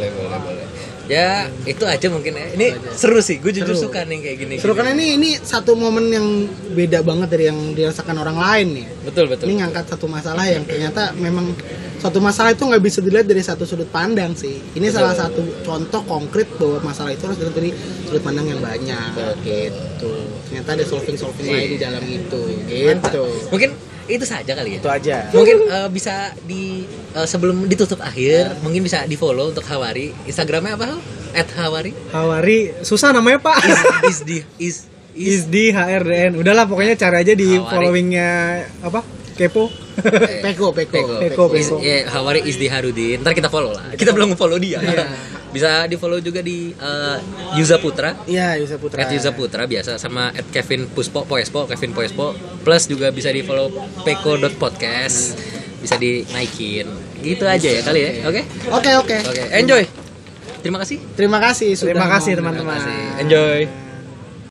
Ya itu aja mungkin ya. Ini seru sih, gue jujur suka nih kayak gini. Seru karena ini satu momen yang beda banget dari yang dirasakan orang lain nih. Betul. Ini ngangkat satu masalah yang ternyata memang suatu masalah itu nggak bisa dilihat dari satu sudut pandang sih. Ini salah satu contoh konkret bahwa masalah itu harus dilihat dari sudut pandang yang banyak. Gitu. Ternyata ada solving lain di dalam itu. Gitu. Mungkin itu saja kali ya. Itu aja. Mungkin bisa di sebelum ditutup akhir, mungkin bisa di follow untuk Hawari. Instagramnya apa? @Hawari. Hawari susah namanya pak. Is di HRDN. Udahlah pokoknya cari aja di Hawari. followingnya apa? Kepo. Peko. Hawari Isdi Harudin. Ntar kita follow lah. Kita belum follow dia. Bisa di follow juga di Yuza Putra. Iya, Yuza Putra. @Yuza Putra biasa, sama @Kevin Poespo. Plus juga bisa di follow peko.podcast. Bisa dinaikin. Gitu aja ya kali ya. Oke. Oke. Enjoy. Terima kasih Terima kasih Terima kasih teman-teman. Enjoy.